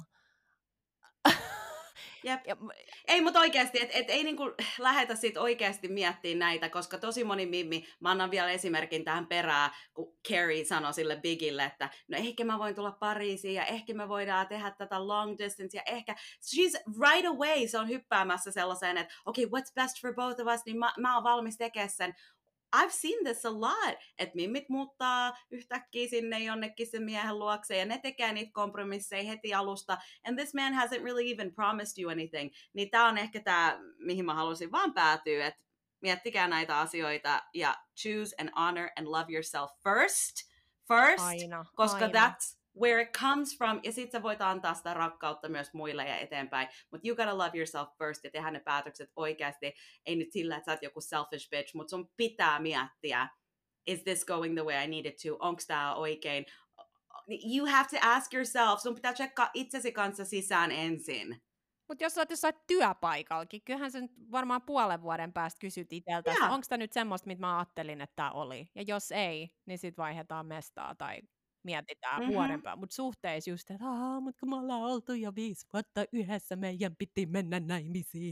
Jep. Ei, mutta oikeasti, et ei niinku lähetä sit oikeasti miettiä näitä, koska tosi moni mimmi, mä annan vielä esimerkin tähän perään, kun Carrie sanoi sille Bigille, että no ehkä mä voin tulla Pariisiin ja ehkä me voidaan tehdä tätä long distance ja ehkä, she's right away, se on hyppäämässä sellaiseen, että okay, what's best for both of us, niin mä oon valmis tekemään sen. I've seen this a lot, että mimmit muuttaa yhtäkkiä sinne jonnekin sen miehen luokse ja ne tekee niitä kompromisseja heti alusta, and this man hasn't really even promised you anything. Niin tää on ehkä tää, mihin mä halusin vaan päätyä, että miettikää näitä asioita ja choose and honor and love yourself first, koska that's where it comes from, ja sit sä voit antaa sitä rakkautta myös muille ja eteenpäin, mutta you gotta love yourself first, ja tehdä ne päätökset oikeasti, ei nyt sillä, että sä oot joku selfish bitch, mutta sun pitää miettiä, is this going the way I need it to, onks tää oikein, you have to ask yourself, sun pitää tsekkaa itsesi kanssa sisään ensin. Mutta jos olet jossain työpaikallakin, kyllähän sä nyt varmaan puolen vuoden päästä kysyt itseltä, onko tämä nyt semmoista, mitä mä ajattelin, että tämä oli, ja jos ei, niin sit vaihdetaan mestaa tai mietitään vuodenpäin, mutta suhteessa just, että mutta kun me ollaan oltu jo 5 vuotta yhdessä, meidän piti mennä naimisiin.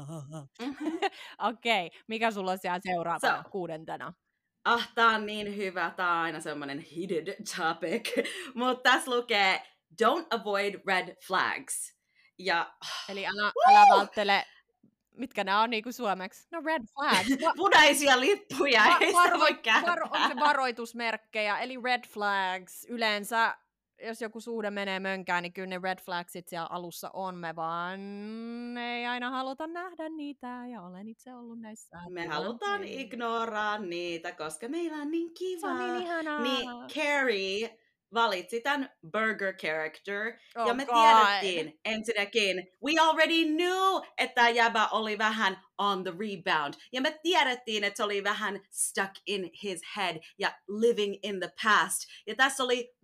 Okei, mikä sulla on siellä seuraavana 6? Tää on niin hyvä, tää on aina semmoinen heated topic, mutta tässä lukee, don't avoid red flags. Ja, eli älä välttele, mitkä nämä on niinku suomeksi? No red flags. Punaisia lippuja, ei sitä voi kääntää. On se varoitusmerkkejä, eli red flags. Yleensä, jos joku suhde menee mönkään, niin kyllä ne red flagsit siellä alussa on. Me vaan ei aina haluta nähdä niitä, ja olen itse ollut näissä. Me halutaan ignoraa niitä, koska meillä on niin kiva. Se on niin ihanaa. Niin Carrie valitsi tämän burger character, ja me tiedettiin ensinnäkin, we already knew, että tämä jäbä oli vähän on the rebound, ja me tiedettiin, että se oli vähän stuck in his head, ja living in the past, ja tässä oli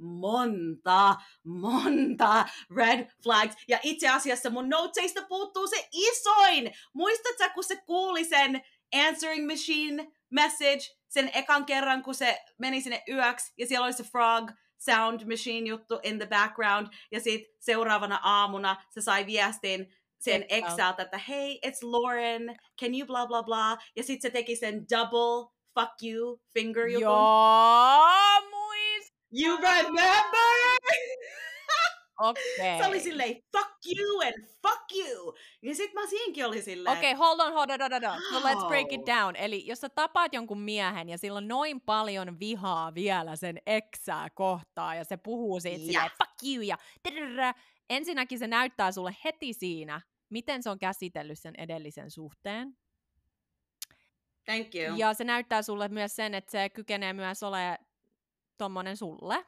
monta red flags, ja itse asiassa mun notesista puuttuu se isoin, muistatko, kun se kuuli sen answering machine message, sen ekan kerran, kun se meni sinne yöksi, ja siellä oli se frog, sound machine juttu in the background, ja sitten seuraavana aamuna se sai viestin sen exältä, että hey, it's Lauren, can you blah blah blah, ja sitten se teki sen double fuck you finger jutun. Joo, muist! You remember? Se oli Okei. silleen, fuck you and fuck you. Ja sit mä siinkin oli silleen, Okei, hold on. So let's break it wow. down. Eli jos sä tapaat jonkun miehen ja sillä on noin paljon vihaa vielä sen eksää kohtaan ja se puhuu siitä silleen fuck you ja ensinnäkin se näyttää sulle heti siinä, miten se on käsitellyt sen edellisen suhteen. Thank you. Ja se näyttää sulle myös sen, että se kykenee myös olemaan tommonen sulle,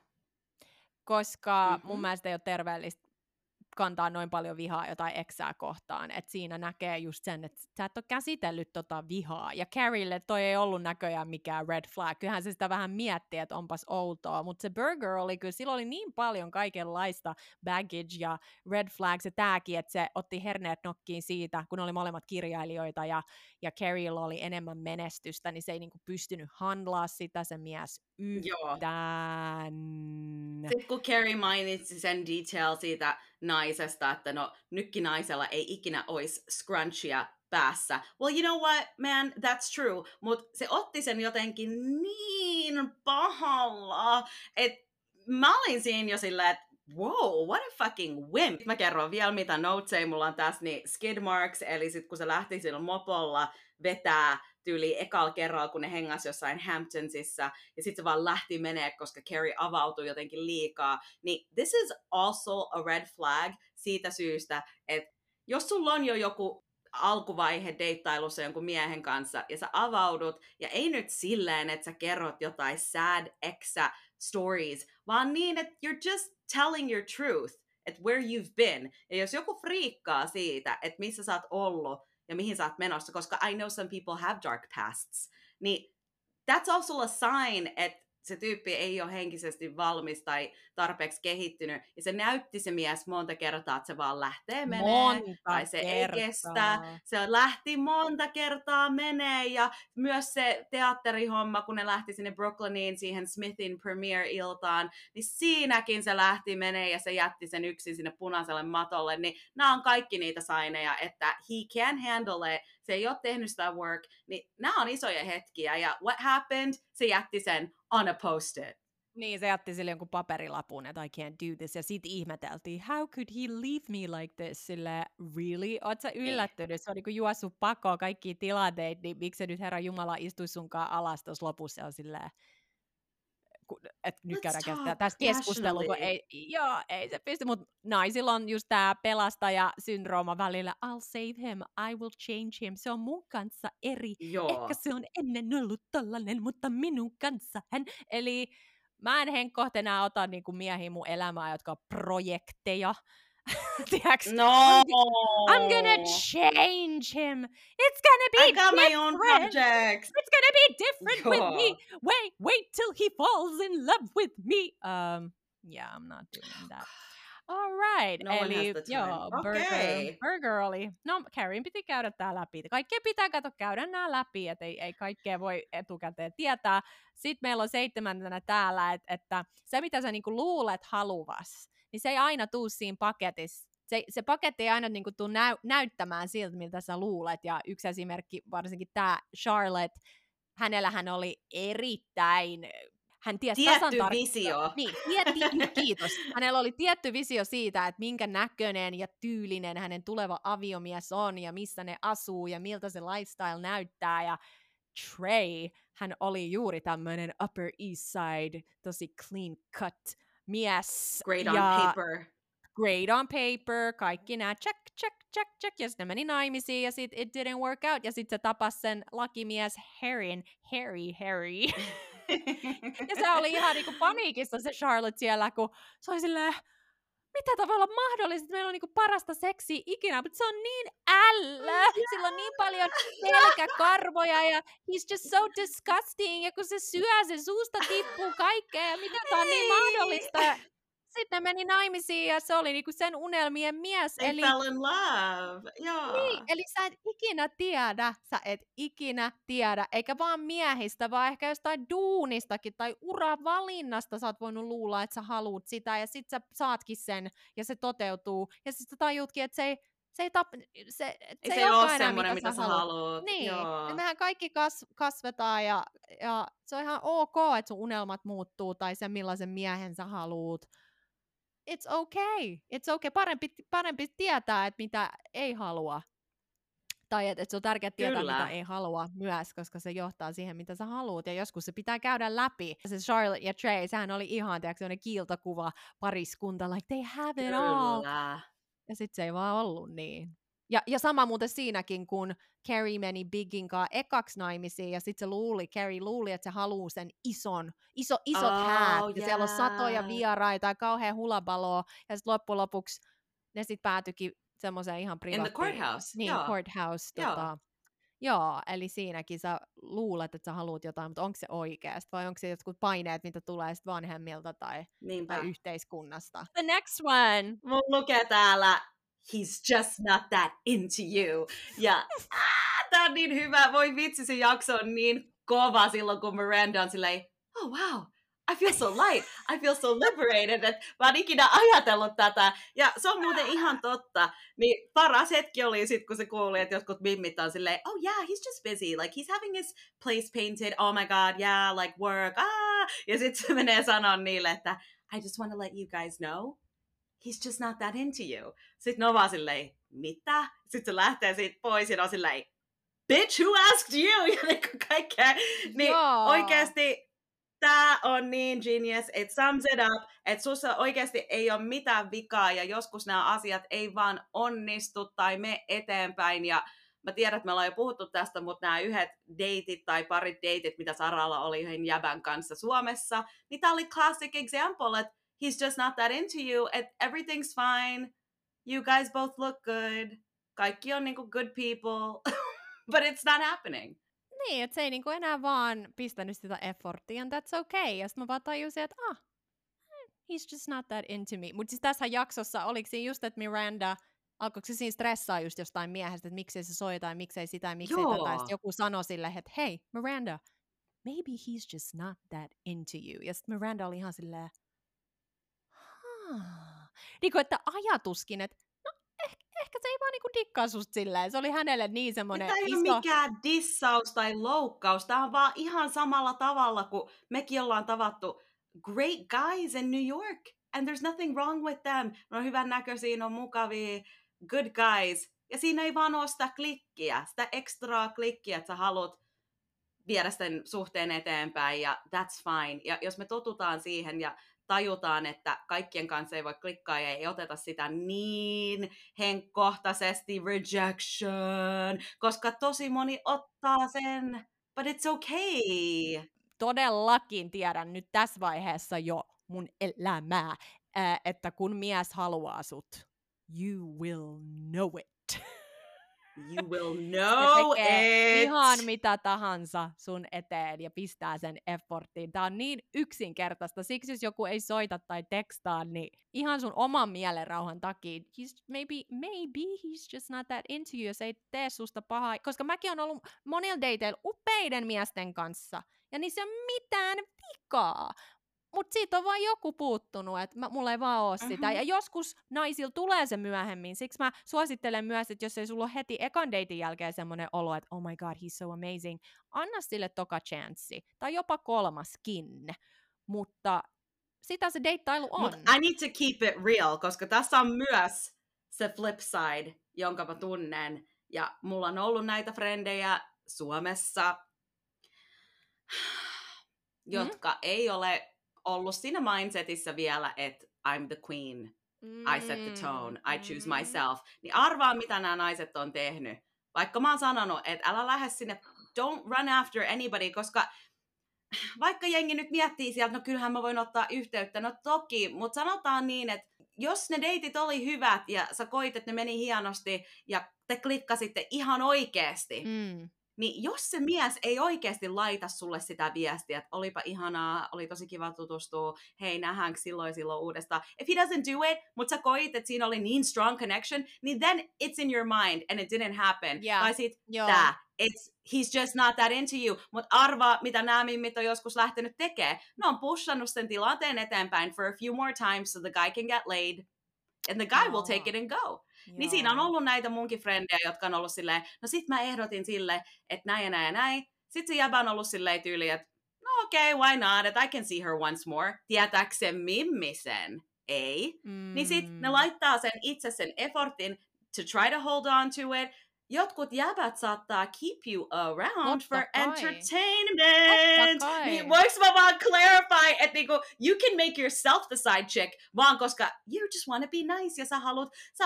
koska mun mielestä ei ole terveellistä kantaa noin paljon vihaa jotain eksää kohtaan, että siinä näkee just sen, että sä et ole käsitellyt tota vihaa, ja Carrielle toi ei ollut näköjään mikään red flag, kyllähän se sitä vähän mietti, että onpas outoa, mutta se Burger oli kyllä, sillä oli niin paljon kaikenlaista baggage ja red flags ja tääkin, että se otti herneet nokkiin siitä, kun ne oli molemmat kirjailijoita, ja Carrielle oli enemmän menestystä, niin se ei niinku pystynyt handlaa sitä, se mies yhtään. Sitten kun Carrie mainitsi sen detail siitä naisesta, että no nykkinaisella ei ikinä olisi scrunchia päässä. Well, you know what, man, that's true. Mutta se otti sen jotenkin niin pahalla, että mä olin siinä jo sillä, että wow, what a fucking wimp. Mä kerron vielä, mitä noteseja mulla on tässä, niin skid marks, eli sit kun se lähti sillä mopolla vetää tyyli ekalla kerralla, kun ne hengas jossain Hamptonsissa, ja sitten se vaan lähti menee, koska Carrie avautui jotenkin liikaa, niin this is also a red flag siitä syystä, että jos sulla on jo joku alkuvaihe deittailussa jonkun miehen kanssa, ja sä avaudut, ja ei nyt silleen, että sä kerrot jotain sad exä stories, vaan niin, että you're just telling your truth, että where you've been, ja jos joku friikkaa siitä, että missä sä oot ollut, ja mihin sä oot menossa, koska I know some people have dark pasts, niin that's also a sign, että se tyyppi ei ole henkisesti valmis tai tarpeeksi kehittynyt, ja se näytti se mies monta kertaa, että se vaan lähtee menee, tai se ei kestä, se lähti monta kertaa menee, ja myös se teatterihomma, kun ne lähti sinne Brooklyniin siihen Smithin premiere-iltaan, niin siinäkin se lähti menee, ja se jätti sen yksin sinne punaiselle matolle, niin nämä on kaikki niitä signeja, että he can handle it, se ei ole tehnyt sitä work, niin nämä on isoja hetkiä, ja what happened? Se jätti sen on a post-it. Niin, se jätti sille jonkun paperilapun, että I can't do this, ja sit ihmeteltiin, how could he leave me like this? Sille, really? Oot sä yllättynyt? Se on niinku juossut pakoon kaikkia tilanteita, niin miksi se nyt Herra Jumala istuisi sunkaan alas tuossa lopussa? On silleen, että nyt käydään tästä keskustelua, kun ei se pysty, mutta naisilla on just tää pelastaja-syndrooma välillä, I'll save him, I will change him, se on mun kanssa eri, ehkä se on ennen ollut tollanen, mutta minun kanssa hän, eli mä en henkkohtena ota niinku miehiä mun elämää, jotka on projekteja. No! I'm gonna change him. It's gonna be I got different. my own projects. It's gonna be different with me. Wait till he falls in love with me. Yeah, I'm not doing that. All right. No eli joo, Burger oli. No, Carrien piti käydä tää läpi. Kaikkea pitää käydä nää läpi, että ei kaikkea voi etukäteen tietää. Sitten meillä on 7. täällä, että se mitä sä niinku luulet haluvas, niin se ei aina tuu siinä paketissa. Se paketti ei aina niinku tuu näyttämään siltä, miltä sä luulet. Ja yksi esimerkki, varsinkin tämä Charlotte, hänellähän oli erittäin... Hän tiesi tietty visio. Niin, kiitos. Hänellä oli tietty visio siitä, että minkä näköinen ja tyylinen hänen tuleva aviomies on, ja missä ne asuu, ja miltä se lifestyle näyttää. Ja Trey, hän oli juuri tämmöinen Upper East Side, tosi clean cut mies. Great on paper. Great on paper, kaikki nämä check. Ja sitten meni naimisiin, ja sitten it didn't work out, ja sitten se tapasi sen lakimies Harry. Ja se oli ihan niinku paniikissa se Charlotte siellä, kun se oli silleen, mitä tämä voi olla mahdollista, että meillä on niinku parasta seksiä ikinä, mutta se on niin sillä on niin paljon selkäkarvoja, ja he's just so disgusting, ja kun se syö, se suusta tippuu kaikkea, ja miten tämä on niin mahdollista. Sitten ne meni naimisiin, ja se oli niinku sen unelmien mies. They fell in love. Yeah. Niin, eli sä et ikinä tiedä, eikä vaan miehistä, vaan ehkä jostain duunistakin tai uravalinnasta sä oot voinut luulla, että sä haluut sitä, ja sit sä saatkin sen, ja se toteutuu, ja sit sä tajutkin, että se ei ole semmoinen, mitä sä haluut. Niin, ja mehän kaikki kasvetaan, ja se on ihan ok, että sun unelmat muuttuu, tai se millaisen miehen sä haluut. it's okay. It's okay. Parempi tietää, että mitä ei halua. Tai että se on tärkeää tietää, mitä Kyllä. ei halua myös, koska se johtaa siihen, mitä sä haluat. Ja joskus se pitää käydä läpi. Se Charlotte ja Trey, sehän oli ihan, sellainen kiiltokuva pariskunta, like they have it all. Kyllä. Ja sit se ei vaan ollut niin. Ja sama muuten siinäkin, kun Carrie meni Bigin kanssa ekaksi naimisiin, ja sitten Carrie luuli, että se haluaa sen isot häät, ja siellä on satoja vieraita ja kauhean hulabaloa, ja sitten loppujen lopuksi ne sitten päätyikin semmoiseen ihan privaattiin. In the courthouse. Niin, courthouse. Joo, eli siinäkin sä luulet, että sä haluat jotain, mutta onko se oikeasti, vai onko se jotkut paineet, mitä tulee sit vanhemmilta tai yhteiskunnasta. The next one! Mun lukee täällä, he's just not that into you. Ja tää on niin hyvä, voi vitsi, se jakso on niin kova silloin, kun Miranda on silleen, oh wow, I feel so light, I feel so liberated, että mä oon ikinä ajatellut tätä. Ja se on muuten ihan totta. Niin paras hetki oli sit, kun se kuuli, että jotkut mimmit on silleen, oh yeah, he's just busy, like he's having his place painted, oh my god, yeah, like work, Ja sit se menee sanoa niille, että I just want to let you guys know, he's just not that into you. Sitten ne on vaan silleen, mitä? Sitten se lähtee siitä pois ja on silleen, bitch, who asked you? Ja niin kaikkea. Niin oikeasti tää on niin genius, it sums it up, että sussa oikeasti ei ole mitään vikaa ja joskus nämä asiat ei vaan onnistu tai mene eteenpäin. Ja mä tiedän, että me ollaan jo puhuttu tästä, mutta nämä yhdet deitit tai parit deitit, mitä Saralla oli yhden jäbän kanssa Suomessa, niin tää oli classic example, että he's just not that into you, että everything's fine, you guys both look good, kaikki on niinku good people, but it's not happening. Niin, että se ei niinku enää vaan pistänyt sitä efforttia, and that's okay. Ja sitten mä vaan tajusin, että he's just not that into me. Mutta siis tässä jaksossa, oliko siinä just, että Miranda, alkoiko se siinä stressaa just jostain miehestä, että miksei se soi tai miksei sitä ja miksei tätä. Ja sitten joku sanoi sille, että hei, Miranda, maybe he's just not that into you. Ja sitten Miranda oli ihan silleen, niin kuin, että ajatuskin, että ehkä se ei vaan niinku dikkaa susta silleen. Se oli hänelle niin semmoinen iso... Tämä ei ole mikään dissaus tai loukkaus. Tämä on vaan ihan samalla tavalla, kuin mekin ollaan tavattu great guys in New York. And there's nothing wrong with them. Ne on hyvän näköisiä, ne on mukavia, good guys. Ja siinä ei vaan ole sitä klikkiä, sitä ekstraa klikkiä, että sä haluat viedä sen suhteen eteenpäin. Ja that's fine. Ja jos me totutaan siihen ja tajutaan, että kaikkien kanssa ei voi klikkaa ja ei oteta sitä niin henkkohtaisesti rejection, koska tosi moni ottaa sen, but it's okay. Todellakin tiedän nyt tässä vaiheessa jo mun elämää, että kun mies haluaa sut, you will know it. You will know it! Ihan mitä tahansa sun eteen ja pistää sen efforttiin. Tää on niin yksinkertaista. Siksi jos joku ei soita tai tekstaa, niin ihan sun oman mielenrauhan takia, maybe he's just not that into you, se ei tee susta pahaa. Koska mäkin on ollut monilla dateilla upeiden miesten kanssa, ja niissä ei ole mitään vikaa. Mutta siitä on vaan joku puuttunut, että mulla ei vaan ole sitä. Ja joskus naisilla tulee se myöhemmin. Siksi mä suosittelen myös, että jos ei sulla ole heti ekan datein jälkeen semmoinen olo, että oh my god, he's so amazing, anna sille toka chanssi. Tai jopa kolmaskin. Mutta sitä se deittailu on. But I need to keep it real, koska tässä on myös se flip side, jonka mä tunnen. Ja mulla on ollut näitä frendejä Suomessa, jotka ei ole ollut siinä mindsetissä vielä, että I'm the queen, I set the tone, I choose myself. Niin arvaa, mitä nämä naiset on tehnyt. Vaikka mä oon sanonut, että älä lähde sinne, don't run after anybody, koska vaikka jengi nyt miettii sieltä, no kyllähän mä voin ottaa yhteyttä, no toki, mutta sanotaan niin, että jos ne deitit oli hyvät ja sä koit, että ne meni hienosti ja te klikkasitte ihan oikeasti, niin jos se mies ei oikeasti laita sulle sitä viestiä, että olipa ihanaa, oli tosi kiva tutustua, hei nähdäänkö silloin uudestaan. If he doesn't do it, mutta sä koit, että siinä oli niin strong connection, niin then it's in your mind and it didn't happen. Yeah. Tai sit he's just not that into you. Mutta arvaa, mitä nämä mimmit on joskus lähtenyt tekemään. Ne on pushannut sen tilanteen eteenpäin for a few more times so the guy can get laid. And the guy will take it and go. Niin siinä on ollut näitä munkin frendejä, jotka on ollut silleen, no sit mä ehdotin sille, että näin ja näin ja näin. Sitten se jäbä on ollut silleen tyyli, että no okei, why not, että I can see her once more. Tietääkö se mimmisen, ei, niin sit ne laittaa sen effortin to try to hold on to it. Jotkut jäbät saattaa keep you around for entertainment. Niin voiks mä vaan clarify, että niinku, you can make yourself the side chick, vaan koska you just wanna be nice ja sä haluat,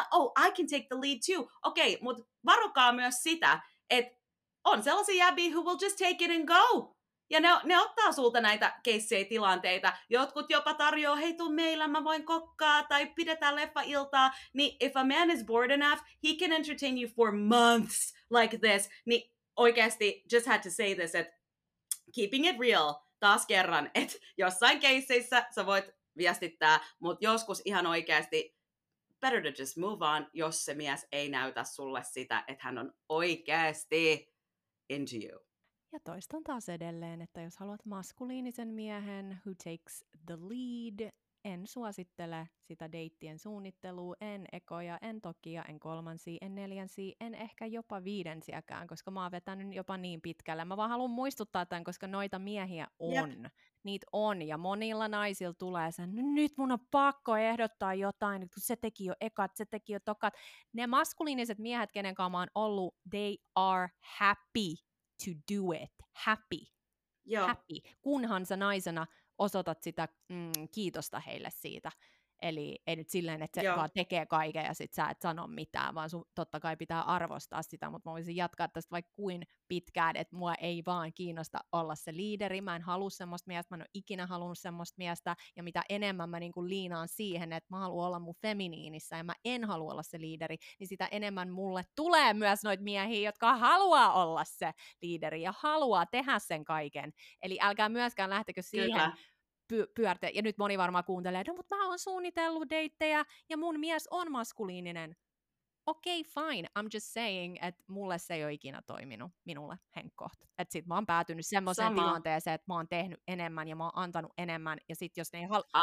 I can take the lead too. Okei, mut varokaa myös sitä, että on sellaisia jäbiä who will just take it and go. Ja ne ottaa sulta näitä keissejä-tilanteita. Jotkut jopa tarjoaa, hei tuu meillä, mä voin kokkaa, tai pidetään leffa-iltaa. Niin if a man is bored enough, he can entertain you for months like this. Niin oikeasti, just had to say this, että keeping it real, taas kerran, että jossain keisseissä sä voit viestittää, mutta joskus ihan oikeasti better to just move on, jos se mies ei näytä sulle sitä, että hän on oikeasti into you. Ja toistan taas edelleen, että jos haluat maskuliinisen miehen who takes the lead, en suosittele sitä deittien suunnittelua, en ekoja, en tokia, en kolmansia, en neljänsiä, en ehkä jopa viidensiäkään, koska mä oon vetänyt jopa niin pitkälle. Mä vaan haluan muistuttaa tämän, koska noita miehiä on. Yep. Niitä on, ja monilla naisilla tulee sen, no nyt mun on pakko ehdottaa jotain, kun se teki jo ekat, se teki jo tokat. Ne maskuliiniset miehet, kenen kanssa mä oon ollut, they are happy to do it. Happy. Joo. Happy. Kunhan sä naisena osoitat sitä kiitosta heille siitä. Eli ei nyt silleen, että se vaan tekee kaiken ja sit sä et sano mitään, vaan sun totta kai pitää arvostaa sitä, mutta mä voisin jatkaa tästä vaikka kuin pitkään, että mua ei vaan kiinnosta olla se liideri, mä en halua semmoista miestä, mä en ole ikinä halunnut semmoista miestä, ja mitä enemmän mä niinku liinaan siihen, että mä haluan olla mun feminiinissä ja mä en halua olla se liideri, niin sitä enemmän mulle tulee myös noita miehiä, jotka haluaa olla se liideri ja haluaa tehdä sen kaiken. Eli älkää myöskään lähtekö siihen pyörte. Ja nyt moni varmaan kuuntelee, no mutta mä oon suunnitellut deittejä ja mun mies on maskuliininen. Okei, fine. I'm just saying, että mulle se ei ole ikinä toiminut, minulle henkkoht. Että sit mä oon päätynyt semmoiseen tilanteeseen, että mä oon tehnyt enemmän ja mä oon antanut enemmän. Ja sit jos ne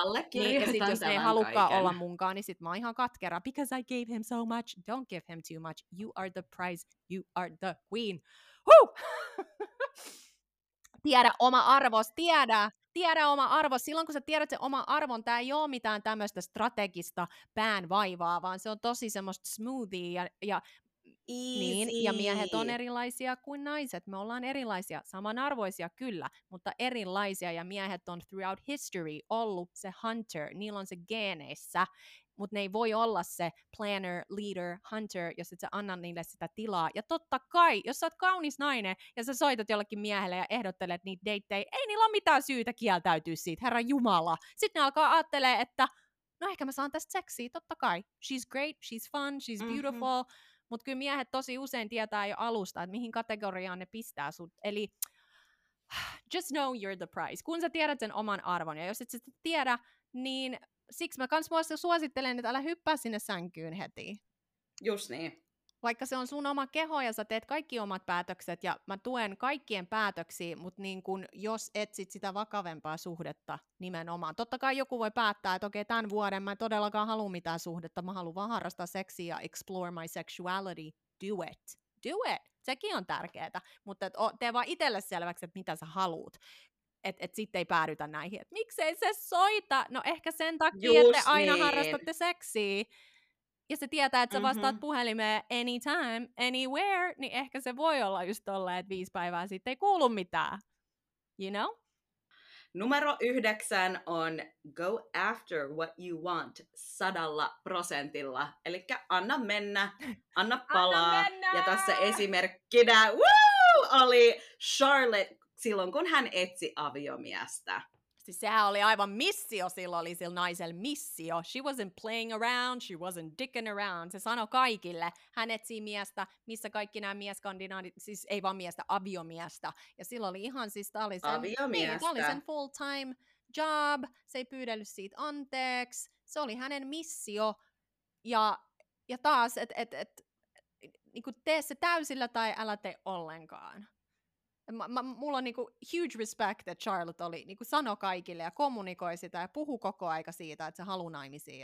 ei halukkaan olla munkaan, niin sit mä oon ihan katkera. Because I gave him so much. Don't give him too much. You are the prize. You are the queen. Woo! Tiedä oma arvos, tiedä oma arvos. Silloin kun sä tiedät sen oma arvon, tää ei ole mitään tämmöistä strategista päänvaivaa, vaan se on tosi semmoista smoothie ja miehet on erilaisia kuin naiset. Me ollaan erilaisia, samanarvoisia kyllä, mutta erilaisia ja miehet on throughout history ollut se hunter, niillä on se geeneissä. Mutta ne ei voi olla se planner, leader, hunter, jos et sä anna niille sitä tilaa. Ja totta kai, jos sä oot kaunis nainen ja sä soitat jollekin miehelle ja ehdottelet niitä deittejä, ei niillä ole mitään syytä kieltäytyä siitä, Herra Jumala. Sitten ne alkaa ajattelemaan, että no ehkä mä saan tästä seksiä, totta kai. She's great, she's fun, she's beautiful. Mutta kyllä miehet tosi usein tietää jo alusta, että mihin kategoriaan ne pistää sut. Eli just know you're the prize. Kun sä tiedät sen oman arvon, ja jos et sitä tiedä, niin siksi mä kans suosittelen, että älä hyppää sinne sänkyyn heti. Just niin. Vaikka se on sun oma keho ja sä teet kaikki omat päätökset ja mä tuen kaikkien päätöksiä, mutta niin kun, jos etsit sitä vakavempaa suhdetta nimenomaan. Totta kai joku voi päättää, että okei, tämän vuoden mä en todellakaan halua mitään suhdetta, mä haluan vaan harrastaa seksiä ja explore my sexuality. Do it. Do it. Sekin on tärkeää, mutta tee vaan itselle selväksi, että mitä sä haluut. Että sitten ei päädytä näihin, että miksei se soita? No ehkä sen takia, että aina harrastatte seksiä. Ja se tietää, että sä vastaat puhelimeen anytime, anywhere, niin ehkä se voi olla just tolleen, että 5 päivää sitten ei kuulu mitään. You know? Numero 9 on go after what you want 100%. Elikkä anna mennä, anna palaa. Anna mennä! Ja tässä esimerkkinä oli Charlotte silloin, kun hän etsi aviomiestä. Siis sehän oli aivan missio, silloin oli sillä naisella missio. She wasn't playing around, she wasn't dicking around. Se sanoi kaikille, hän etsii miestä, missä kaikki nämä mieskandinaadit, siis ei vaan miestä, aviomiestä. Ja silloin oli ihan siis, tämä oli sen full-time job, se ei pyydellyt siitä anteeksi, se oli hänen missio. Ja taas, että niinku tee se täysillä tai älä tee ollenkaan. Mulla on niinku huge respect, että Charlotte oli, niinku sanoi kaikille ja kommunikoi sitä ja puhui koko aika siitä, että se haluaa naimisiin ja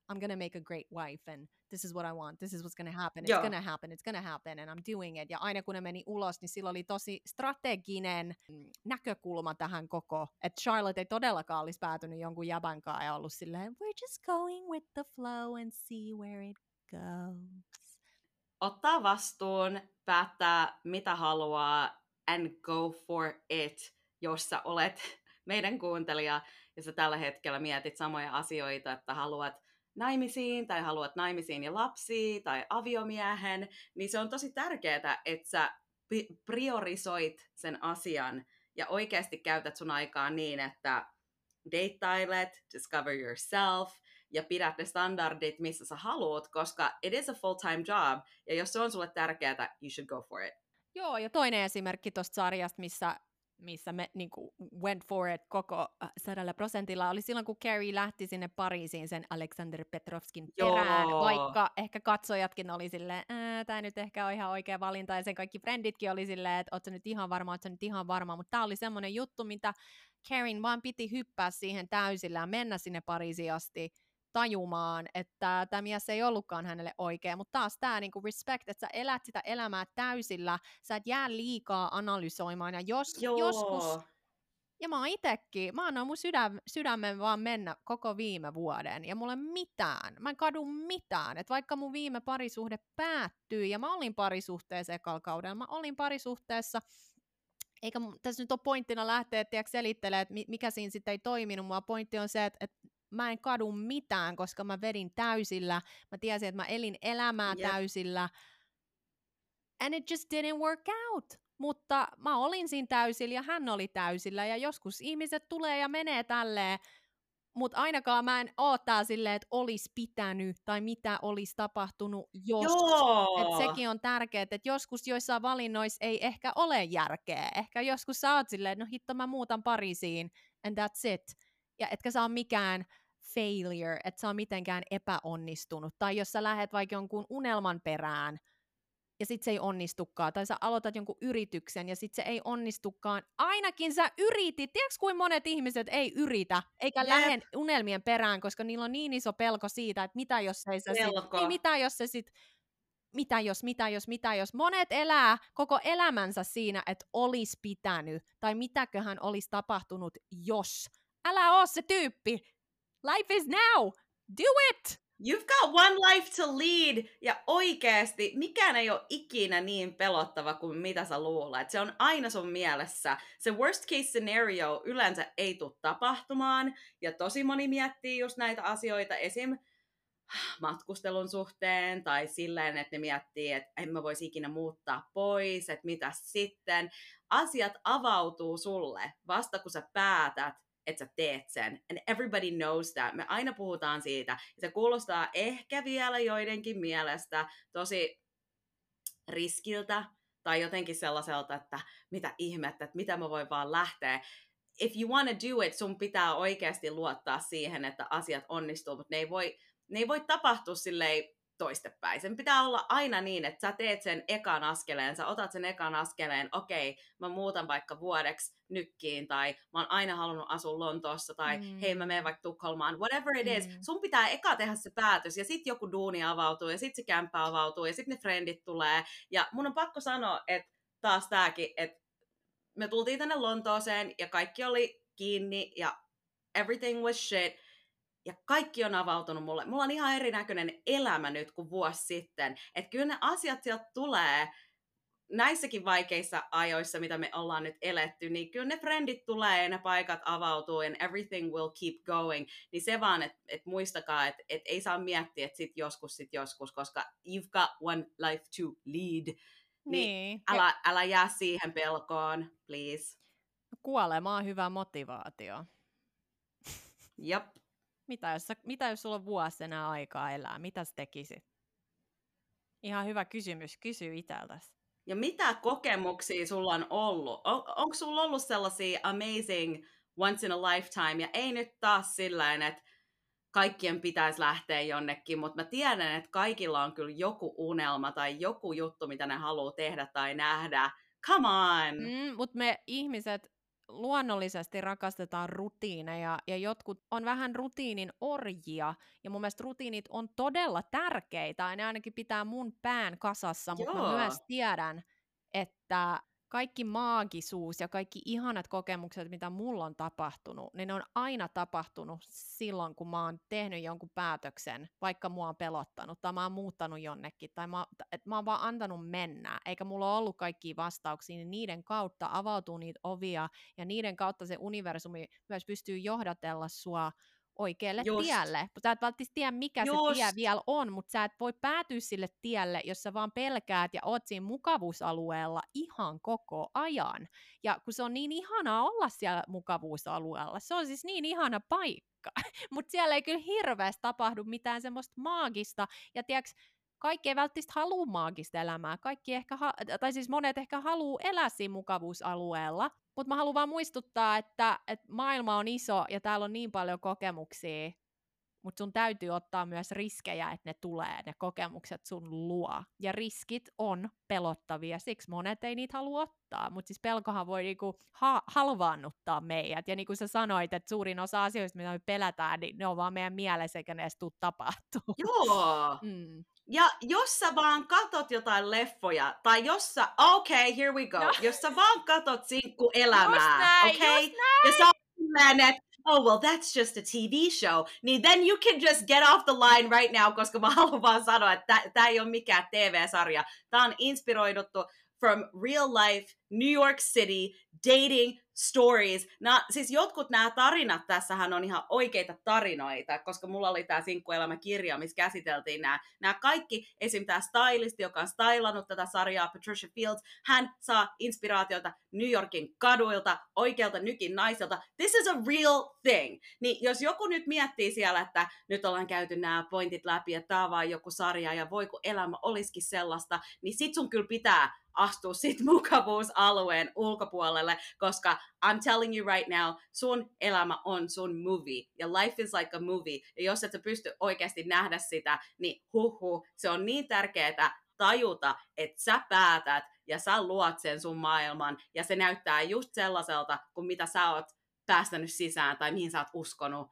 I'm gonna make a great wife and this is what I want, this is what's gonna happen, it's Joo. gonna happen, it's gonna happen and I'm doing it. Ja aina kun ne meni ulos, niin sillä oli tosi strateginen näkökulma tähän koko, että Charlotte ei todellakaan olisi päätynyt jonkun jäbänkaan ja ollut silleen, we're just going with the flow and see where it goes. Ottaa vastuun, päättää mitä haluaa and go for it, jos sä olet meidän kuuntelija ja sä tällä hetkellä mietit samoja asioita, että haluat naimisiin tai haluat naimisiin ja lapsia tai aviomiehen, niin se on tosi tärkeää, että sä priorisoit sen asian ja oikeasti käytät sun aikaa niin, että deittailet, discover yourself ja pidät ne standardit, missä sä haluat, koska it is a full-time job, ja jos se on sulle tärkeää, you should go for it. Joo, ja toinen esimerkki tuosta sarjasta, missä me niin kuin went for it koko 100%, oli silloin, kun Carrie lähti sinne Pariisiin sen Alexander Petrovskin perään, vaikka ehkä katsojatkin oli silleen, tämä nyt ehkä on ihan oikea valinta, ja sen kaikki frienditkin oli silleen, että oot sä nyt ihan varma, mutta tämä oli semmoinen juttu, mitä Carrien vaan piti hyppää siihen täysillä ja mennä sinne Pariisiin asti tajumaan, että tämä mies ei ollutkaan hänelle oikea, mutta taas tämä niinku respect, että sä elät sitä elämää täysillä, sä et jää liikaa analysoimaan, ja joskus, ja mä oon itekin, mä annoin mun sydämen vaan mennä koko viime vuoden, ja mulla ei mitään, mä en kadu mitään, että vaikka mun viime parisuhde päättyi, ja mä olin parisuhteessa ekalla kaudella, mä olin parisuhteessa, eikä tässä nyt ole pointtina lähteä, että selittelee, että mikä siinä sitten ei toiminut, mua pointti on se, että mä en kadu mitään, koska mä vedin täysillä, mä tiesin, että mä elin elämää täysillä, and it just didn't work out. Mutta mä olin siinä täysillä ja hän oli täysillä, ja joskus ihmiset tulee ja menee tälleen, mutta ainakaan mä en oo tää silleen, että olisi pitänyt tai mitä olisi tapahtunut, jos. Että sekin on tärkeää, että joskus joissain valinnoissa ei ehkä ole järkeä. Ehkä joskus sä oot silleen, no hitto mä muutan Pariisiin, and that's it. Ja etkä sä oo mikään failure, että sä oot mitenkään epäonnistunut. Tai jos sä lähet vaikka jonkun unelman perään, ja sit se ei onnistukaan, tai sä aloitat jonkun yrityksen, ja sit se ei onnistukaan. Ainakin sä yritit. Tiedätkö, kuin monet ihmiset ei yritä, eikä lähde unelmien perään, koska niillä on niin iso pelko siitä, että mitä jos ei se sit, mitä jos. Monet elää koko elämänsä siinä, että olisi pitänyt, tai mitäköhän olisi tapahtunut, jos. Älä oo se tyyppi. Life is now. Do it! You've got one life to lead, ja oikeasti mikään ei ole ikinä niin pelottava kuin mitä sä luulet. Se on aina sun mielessä. Se worst case scenario yleensä ei tule tapahtumaan, ja tosi moni miettii just näitä asioita, esim. Matkustelun suhteen, tai silleen, että ne miettii, että en mä voisi ikinä muuttaa pois, että mitä sitten. Asiat avautuu sulle vasta kun sä päätät, että sä teet sen. And everybody knows that. Me aina puhutaan siitä. Se kuulostaa ehkä vielä joidenkin mielestä tosi riskiltä tai jotenkin sellaiselta, että mitä ihmettä, että mitä mä voin vaan lähteä. If you want to do it, sun pitää oikeasti luottaa siihen, että asiat onnistuu, mutta ne ei voi tapahtua silleen toistepäin. Sen pitää olla aina niin, että sä teet sen ekan askeleen, sä otat sen ekan askeleen, okei, mä muutan vaikka vuodeksi Nykkiin, tai mä oon aina halunnut asua Lontoossa, tai hei mä menen vaikka Tukholmaan, whatever it is, sun pitää eka tehdä se päätös, ja sit joku duuni avautuu, ja sit se kämppä avautuu, ja sit ne friendit tulee, ja mun on pakko sanoa, että taas tääkin, että me tultiin tänne Lontooseen, ja kaikki oli kiinni, ja everything was shit, ja kaikki on avautunut mulle. Mulla on ihan erinäköinen elämä nyt kuin vuosi sitten. Että kyllä ne asiat sieltä tulee näissäkin vaikeissa ajoissa, mitä me ollaan nyt eletty, niin kyllä ne friendit tulee ja ne paikat avautuu and everything will keep going. Niin se vaan, että muistakaa, että ei saa miettiä, että sit joskus, koska you've got one life to lead. Niin. Älä jää siihen pelkoon, please. Kuolema on hyvä motivaatio. Jop. Mitä jos sulla on vuosi enää aikaa elää? Mitä sä tekisit? Ihan hyvä kysymys. Kysy itseltäsi. Ja mitä kokemuksia sulla on ollut? Onko sulla ollut sellaisia amazing once in a lifetime? Ja ei nyt taas sillain, että kaikkien pitäisi lähteä jonnekin, mutta mä tiedän, että kaikilla on kyllä joku unelma tai joku juttu, mitä ne haluaa tehdä tai nähdä. Come on! Mutta me ihmiset luonnollisesti rakastetaan rutiineja ja jotkut on vähän rutiinin orjia ja mun mielestä rutiinit on todella tärkeitä ja ne ainakin pitää mun pään kasassa, mutta mä Joo. myös tiedän, että kaikki maagisuus ja kaikki ihanat kokemukset, mitä mulla on tapahtunut, niin ne on aina tapahtunut silloin, kun mä oon tehnyt jonkun päätöksen, vaikka mua on pelottanut, tai mä oon muuttanut jonnekin, tai mä oon vaan antanut mennä, eikä mulla ole ollut kaikkia vastauksia, niin niiden kautta avautuu niitä ovia, ja niiden kautta se universumi myös pystyy johdatella sua oikealle tielle. Sä et välttämättä tiedä, mikä se tie vielä on, mutta sä et voi päätyä sille tielle, jos sä vaan pelkäät ja oot siinä mukavuusalueella ihan koko ajan. Ja kun se on niin ihanaa olla siellä mukavuusalueella, se on siis niin ihana paikka, mutta siellä ei kyllä hirveästi tapahdu mitään semmoista maagista, ja tiedätkö, kaikki ei välttämättä halua maagista elämää, tai siis monet ehkä haluaa elää siinä mukavuusalueella, mutta mä haluan vaan muistuttaa, että maailma on iso ja täällä on niin paljon kokemuksia, mutta sun täytyy ottaa myös riskejä, että ne tulee, ne kokemukset sun luo. Ja riskit on pelottavia, siksi monet ei niitä halua ottaa, mutta siis pelkohan voi niinku halvaannuttaa meidät. Ja niin kuin sä sanoit, että suurin osa asioista, mitä me pelätään, niin ne on vaan meidän mielessä, eikä ne edes tule tapahtuu. Joo. Ja jos sä vaan katot jotain leffoja, tai jos sä, okay, here we go, jos sä vaan katot sinkkuelämää, okay, ja sä oot että oh, well, that's just a TV show, niin then you can just get off the line right now, koska mä haluan vaan sanoa, että tää ei ole mikään TV-sarja. Tää on inspiroiduttu from real life, New York City, dating stories. Siis jotkut nämä tarinat, tässähän on ihan oikeita tarinoita, koska mulla oli tämä sinkkuelämäkirja, missä käsiteltiin nämä kaikki. Esim. Tämä stylisti, joka on stylannut tätä sarjaa, Patricia Fields, hän saa inspiraatiota New Yorkin kaduilta, oikealta nykin naiselta. This is a real thing. Niin jos joku nyt miettii siellä, että nyt ollaan käyty nämä pointit läpi, että tämä on vaan joku sarja ja voi kun elämä olisikin sellaista, niin sit sun kyllä pitää astua sit mukavuusalueen ulkopuolelle, koska I'm telling you right now, sun elämä on sun movie, ja life is like a movie, ja jos et sä pysty oikeasti nähdä sitä, niin se on niin tärkeää tajuta, että sä päätät, ja sä luot sen sun maailman, ja se näyttää just sellaiselta, kuin mitä sä oot päästänyt sisään, tai mihin sä oot uskonut,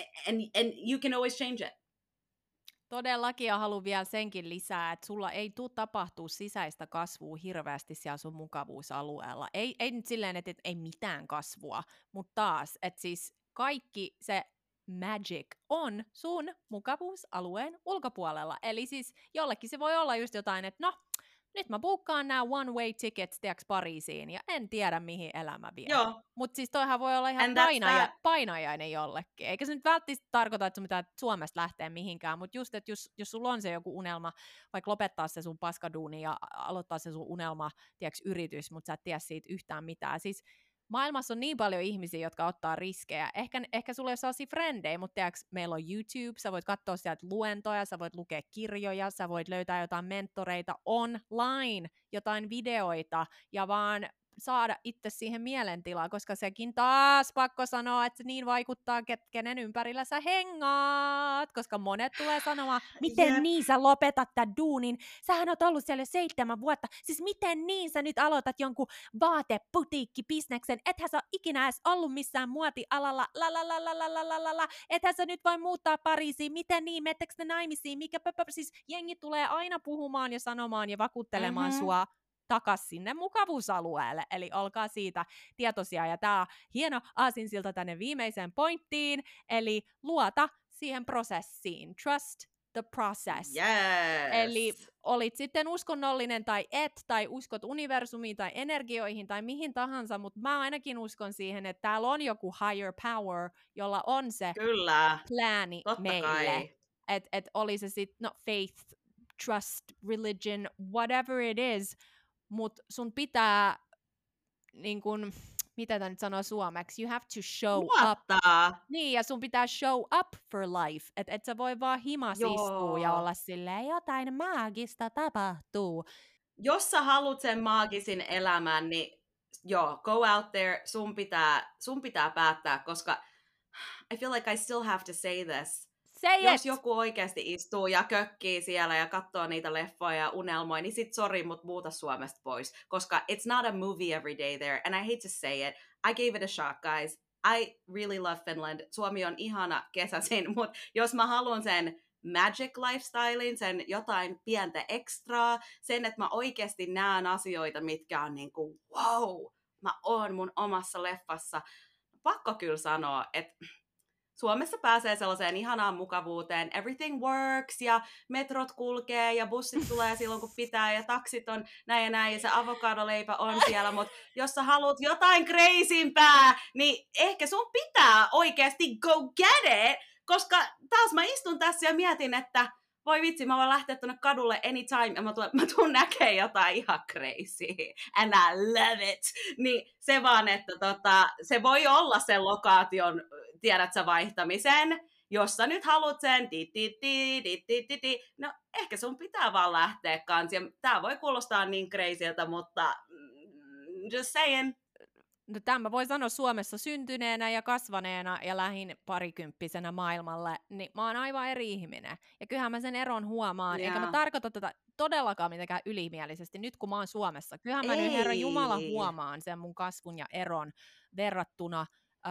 and you can always change it. Todellakin, ja haluan vielä senkin lisää, että sulla ei tule tapahtua sisäistä kasvua hirveästi siellä sun mukavuusalueella. Ei nyt silleen, että ei mitään kasvua, mutta taas, että siis kaikki se magic on sun mukavuusalueen ulkopuolella. Eli siis jollekin se voi olla just jotain, että no, nyt mä buukkaan nämä one-way tickets Pariisiin ja en tiedä mihin elämä vie. Mutta siis toihan voi olla ihan painajainen jollekin. Eikä se nyt välttämättä tarkoita, että sun pitää Suomesta lähteä mihinkään, mutta just, että jos sulla on se joku unelma, vaikka lopettaa se sun paskaduuni ja aloittaa se sun unelma, yritys, mutta sä et tiedä siitä yhtään mitään. Siis maailmassa on niin paljon ihmisiä, jotka ottaa riskejä. Ehkä sulla ei ole sellaisia frendejä, mutta tiedätkö, meillä on YouTube, sä voit katsoa sieltä luentoja, sä voit lukea kirjoja, sä voit löytää jotain mentoreita online, jotain videoita, ja vaan saada itse siihen mielentilaan, koska sekin taas pakko sanoa, että se niin vaikuttaa, kenen ympärillä sä hengaat, koska monet tulee sanomaan, miten niin sä lopetat tämän duunin, sähän oot ollut siellä jo 7 vuotta, siis miten niin sä nyt aloitat jonkun vaateputiikkibisneksen, ethän sä ikinä edes ollut missään muotialalla, ethän sä nyt voi muuttaa Pariisiin, miten niin, mettekö ne naimisiin, siis jengi tulee aina puhumaan ja sanomaan ja vakuuttelemaan sua takas sinne mukavuusalueelle, eli olkaa siitä tietoisia, ja tämä on hieno aasinsilta tänne viimeiseen pointtiin, eli luota siihen prosessiin, trust the process. Yes. Eli olit sitten uskonnollinen tai et, tai uskot universumiin tai energioihin tai mihin tahansa, mutta mä ainakin uskon siihen, että täällä on joku higher power, jolla on se plääni meille. Et oli se sitten, no faith, trust, religion, whatever it is, mutta sun pitää, niin kun, mitä tämä nyt sanoo suomeksi, you have to show up. Niin, ja sun pitää show up for life. Että et sä voi vaan himasistua ja olla silleen, jotain maagista tapahtuu. Jos sä haluat sen maagisen elämän, niin go out there, sun pitää päättää, koska I feel like I still have to say this. Jos joku oikeasti istuu ja kökkii siellä ja katsoo niitä leffoja ja unelmoi, niin sit sori, mut muuta Suomesta pois. Koska it's not a movie every day there, and I hate to say it. I gave it a shot, guys. I really love Finland. Suomi on ihana kesäisin, mutta jos mä haluan sen magic lifestylein, sen jotain pientä ekstraa, sen, että mä oikeasti näen asioita, mitkä on niin kuin, wow, mä oon mun omassa leffassa. Pakko kyllä sanoa, että Suomessa pääsee sellaiseen ihanaan mukavuuteen, everything works, ja metrot kulkee, ja bussit tulee silloin, kun pitää, ja taksit on näin ja näin, ja se avokadoleipä on siellä, mutta jos sä haluat jotain crazympää, niin ehkä sun pitää oikeasti go get it, koska taas mä istun tässä ja mietin, että voi vitsi, mä voin lähteä tuonne kadulle anytime, ja mä tuun näkee jotain ihan crazy, and I love it. Niin se vaan, että se voi olla sen lokaation, tiedät sä, vaihtamisen, jos sä nyt haluat sen, no ehkä sun pitää vaan lähteä kanssa, ja tää voi kuulostaa niin crazyltä, mutta just saying. No tämä voi sanoa Suomessa syntyneenä ja kasvaneena ja lähin parikymppisenä maailmalle, niin mä oon aivan eri ihminen. Ja kyllähän mä sen eron huomaan, eikä mä tarkoita tätä todellakaan mitenkään ylimielisesti, nyt kun mä oon Suomessa. Kyllähän mä nyt Herran Jumala huomaan sen mun kasvun ja eron verrattuna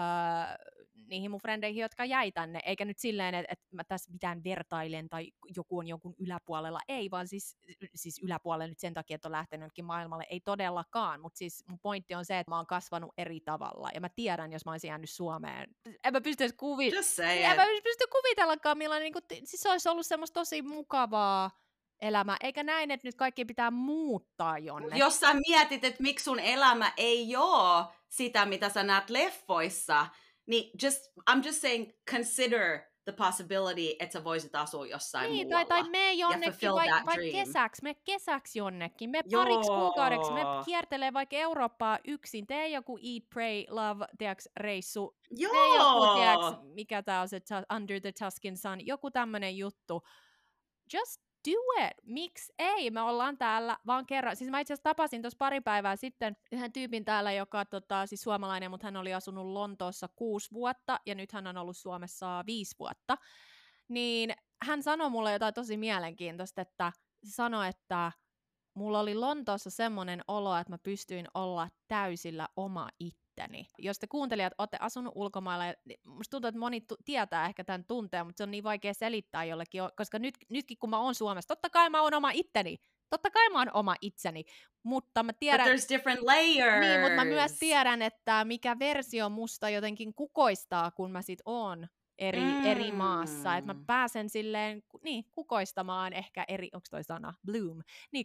niihin mun frendeihin, jotka jäi tänne, eikä nyt silleen, että mä tässä mitään vertailen tai joku on jonkun yläpuolella, ei, vaan siis yläpuolella nyt sen takia, että on lähtenytkin maailmalle, ei todellakaan, mutta siis mun pointti on se, että mä oon kasvanut eri tavalla, ja mä tiedän, jos mä olisin jäänyt Suomeen, en mä pysty kuvitellakaan, millainen, siis se olisi ollut semmoista tosi mukavaa elämä, eikä näin, että nyt kaikki pitää muuttaa jonnekin. Jos sä mietit, että miksi sun elämä ei ole sitä, mitä sä näet leffoissa, niin I'm just saying, consider the possibility, että sä voisit asua jossain muualla. Tai mene jonnekin vaikka kesäksi jonnekin, me pariksi kuukaudeksi, me kiertelee vaikka Eurooppaa yksin, tee joku Eat, Pray, Love, reissu, tee joku, mikä tää on se Under the Tuscan Sun, joku tämmönen juttu, just do it! Miksi ei? Me ollaan täällä vaan kerran. Siis mä itse asiassa tapasin tuossa pari päivää sitten yhden tyypin täällä, joka siis suomalainen, mutta hän oli asunut Lontoossa 6 vuotta, ja nyt hän on ollut Suomessa 5 vuotta. Niin hän sanoi mulle jotain tosi mielenkiintoista, että sanoi, että mulla oli Lontoossa semmoinen olo, että mä pystyin olla täysillä oma itteni. Jos te kuuntelijat olette asunut ulkomailla, musta tuntuu, että moni tietää ehkä tämän tunteen, mutta se on niin vaikea selittää jollekin, koska nytkin kun mä oon Suomessa, totta kai mä oon oma itteni. Totta kai mä oon oma itseni, mutta mä tiedän... But there's different layers. Niin, mutta mä myös tiedän, että mikä versio musta jotenkin kukoistaa, kun mä sit oon eri maassa, että mä pääsen silleen, kukoistamaan ehkä onko toi sana, bloom, niin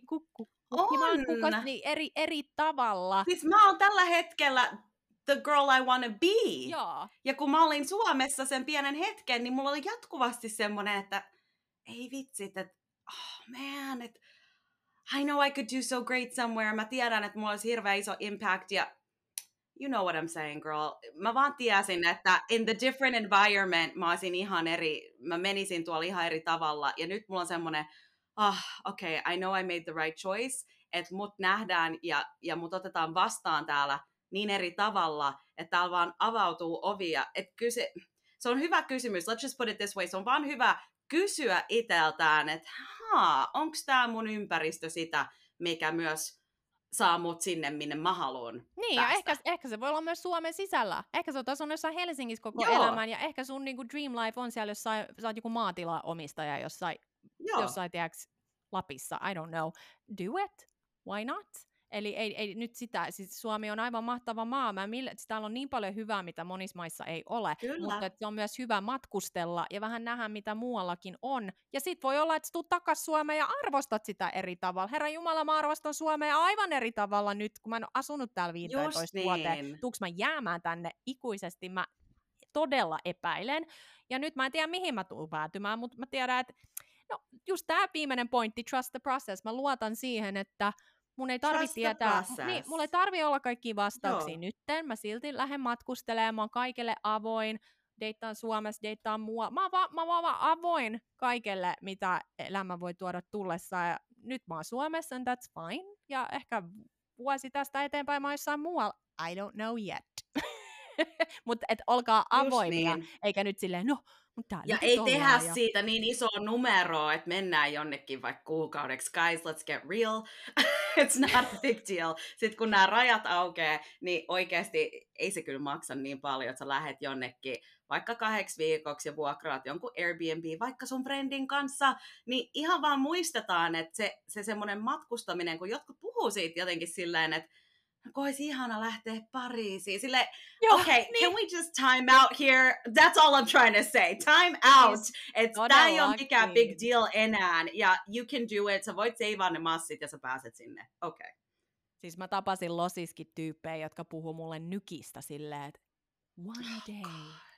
eri tavalla. Siis mä oon tällä hetkellä the girl I wanna be. Joo. Ja kun mä olin Suomessa sen pienen hetken, niin mulla oli jatkuvasti semmoinen, että ei vitsit, että oh man, että I know I could do so great somewhere. Mä tiedän, että mulla olisi hirveän iso impact ja you know what I'm saying, girl. Mä vaan tiesin, että in the different environment mä olisin ihan eri, mä menisin tuolla ihan eri tavalla. Ja nyt mulla on semmoinen, okay, I know I made the right choice, että mut nähdään ja mut otetaan vastaan täällä niin eri tavalla, että täällä vaan avautuu ovia. Että se on hyvä kysymys, let's just put it this way, se on vaan hyvä kysyä itseltään, että onko tää mun ympäristö sitä, mikä myös saa mut sinne, minne mä haluan Niin, päästä. ja ehkä se voi olla myös Suomen sisällä. Ehkä sä oot asunut jossain Helsingissä koko elämän, ja ehkä sun niinku dream life on siellä jossain, sä oot joku maatilaomistaja jossain tiedäks, Lapissa, I don't know. Do it, why not? Eli ei nyt sitä, siis Suomi on aivan mahtava maa, täällä on niin paljon hyvää, mitä monissa maissa ei ole, Kyllä. mutta se on myös hyvä matkustella ja vähän nähdä, mitä muuallakin on. Ja sit voi olla, että sä tuut takas Suomeen ja arvostat sitä eri tavalla. Herran Jumala, mä arvostan Suomea aivan eri tavalla nyt, kun mä en ole asunut täällä 15 vuoteen. Tuuks mä jäämään tänne ikuisesti? Mä todella epäilen. Ja nyt mä en tiedä, mihin mä tuun päätymään, mutta mä tiedän, että just tää viimeinen pointti, trust the process. Mä luotan siihen, että mun ei tarvitse tietää, mulla ei tarvitse olla kaikkia vastauksia nytten, mä silti lähden matkustelemaan, mä oon kaikelle avoin, deittaan Suomessa, deittaan muualla, mä oon vaan avoin kaikelle, mitä elämä voi tuoda tullessa, ja nyt mä oon Suomessa, and that's fine, ja ehkä vuosi tästä eteenpäin mä oon jossain muualla, I don't know yet. Mutta olkaa avoimia, eikä nyt silleen, Ja ei tehdä siitä niin isoa numeroa, että mennään jonnekin vaikka kuukaudeksi. Guys, let's get real. It's not a big deal. Sitten kun nämä rajat aukeaa, niin oikeasti ei se kyllä maksa niin paljon, että sä lähet jonnekin vaikka 8 viikoksi ja vuokraat jonkun Airbnb vaikka sun friendin kanssa, niin ihan vaan muistetaan, että se semmoinen matkustaminen, kun jotkut puhuu siitä jotenkin silleen, että kun olisi ihana lähteä Pariisiin. Silleen, okay, can we just time out here? That's all I'm trying to say. Time out. Tämä ei ole mikään big deal enää. Ja you can do it. Sä voit seivaa ne massit ja sä pääset sinne. Okay. Siis mä tapasin Losiskin tyyppejä, jotka puhuu mulle nykistä silleen, että one day.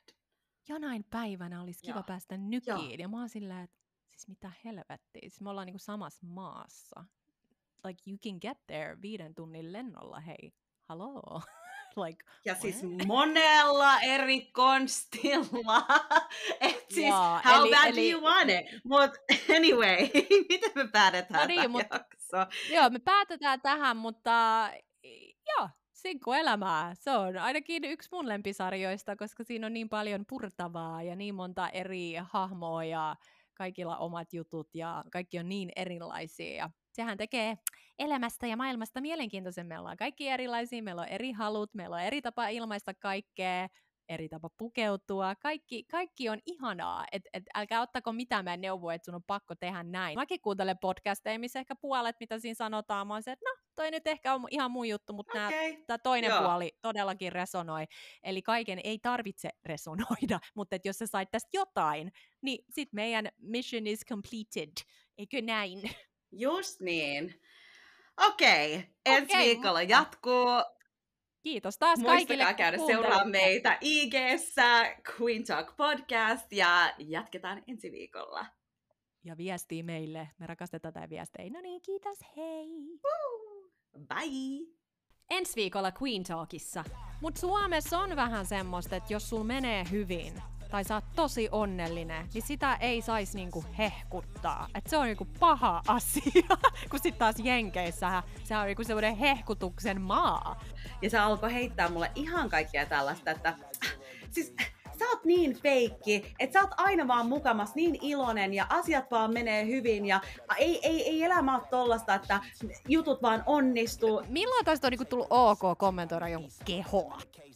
Jonain päivänä olisi kiva päästä nykiin. Ja mä oon silleen, että siis mitä helvettiä. Siis me ollaan niinku samassa maassa. Like, you can get there 5 tunnin lennolla, hei, haloo. Like, ja what? siis monella eri konstilla. Et siis, how bad do you want it? But anyway, miten me päätetään tähän jaksoon? Joo, me päätetään tähän, mutta joo, sinkkuelämää. Se on ainakin yksi mun lempisarjoista, koska siinä on niin paljon purtavaa ja niin monta eri hahmoa ja kaikilla omat jutut ja kaikki on niin erilaisia. Ja sehän tekee elämästä ja maailmasta mielenkiintoisen. Meillä on kaikki erilaisia, meillä on eri halut, meillä on eri tapa ilmaista kaikkea, eri tapa pukeutua. Kaikki on ihanaa. Et älkää ottako mitään mä neuvoa, että sun on pakko tehdä näin. Mäkin kuuntelen podcasteja, missä ehkä puolet, mitä siinä sanotaan. Mä oon se, että no, toi nyt ehkä on ihan mun juttu, mutta tämä toinen puoli todellakin resonoi. Eli kaiken ei tarvitse resonoida, mutta jos sä sait tästä jotain, niin sit meidän mission is completed. Eikö näin? Just niin. Okei, ensi viikolla jatkuu. Kiitos taas kaikille. Muistakaa käydä seuraa meitä IG:ssä, Queen Talk Podcast, ja jatketaan ensi viikolla. Ja viestii meille. Me rakastetaan tätä viestejä. No niin, kiitos, hei! Bye! Ensi viikolla Queen Talkissa. Mut Suomessa on vähän semmoista, että jos sul menee hyvin, tai sä oot tosi onnellinen, niin sitä ei saisi niinku hehkuttaa. Et se on niinku paha asia, kun sit taas Jenkeissähän se on niinku semmoinen hehkutuksen maa. Ja se alkoi heittää mulle ihan kaikkea tällaista, että siis sä oot niin feikki, että sä oot aina vaan mukamas niin iloinen ja asiat vaan menee hyvin ja ei elämä ole tollasta, että jutut vaan onnistuu. Milloin tästä on niinku tullut ok kommentoida jonkun kehoa?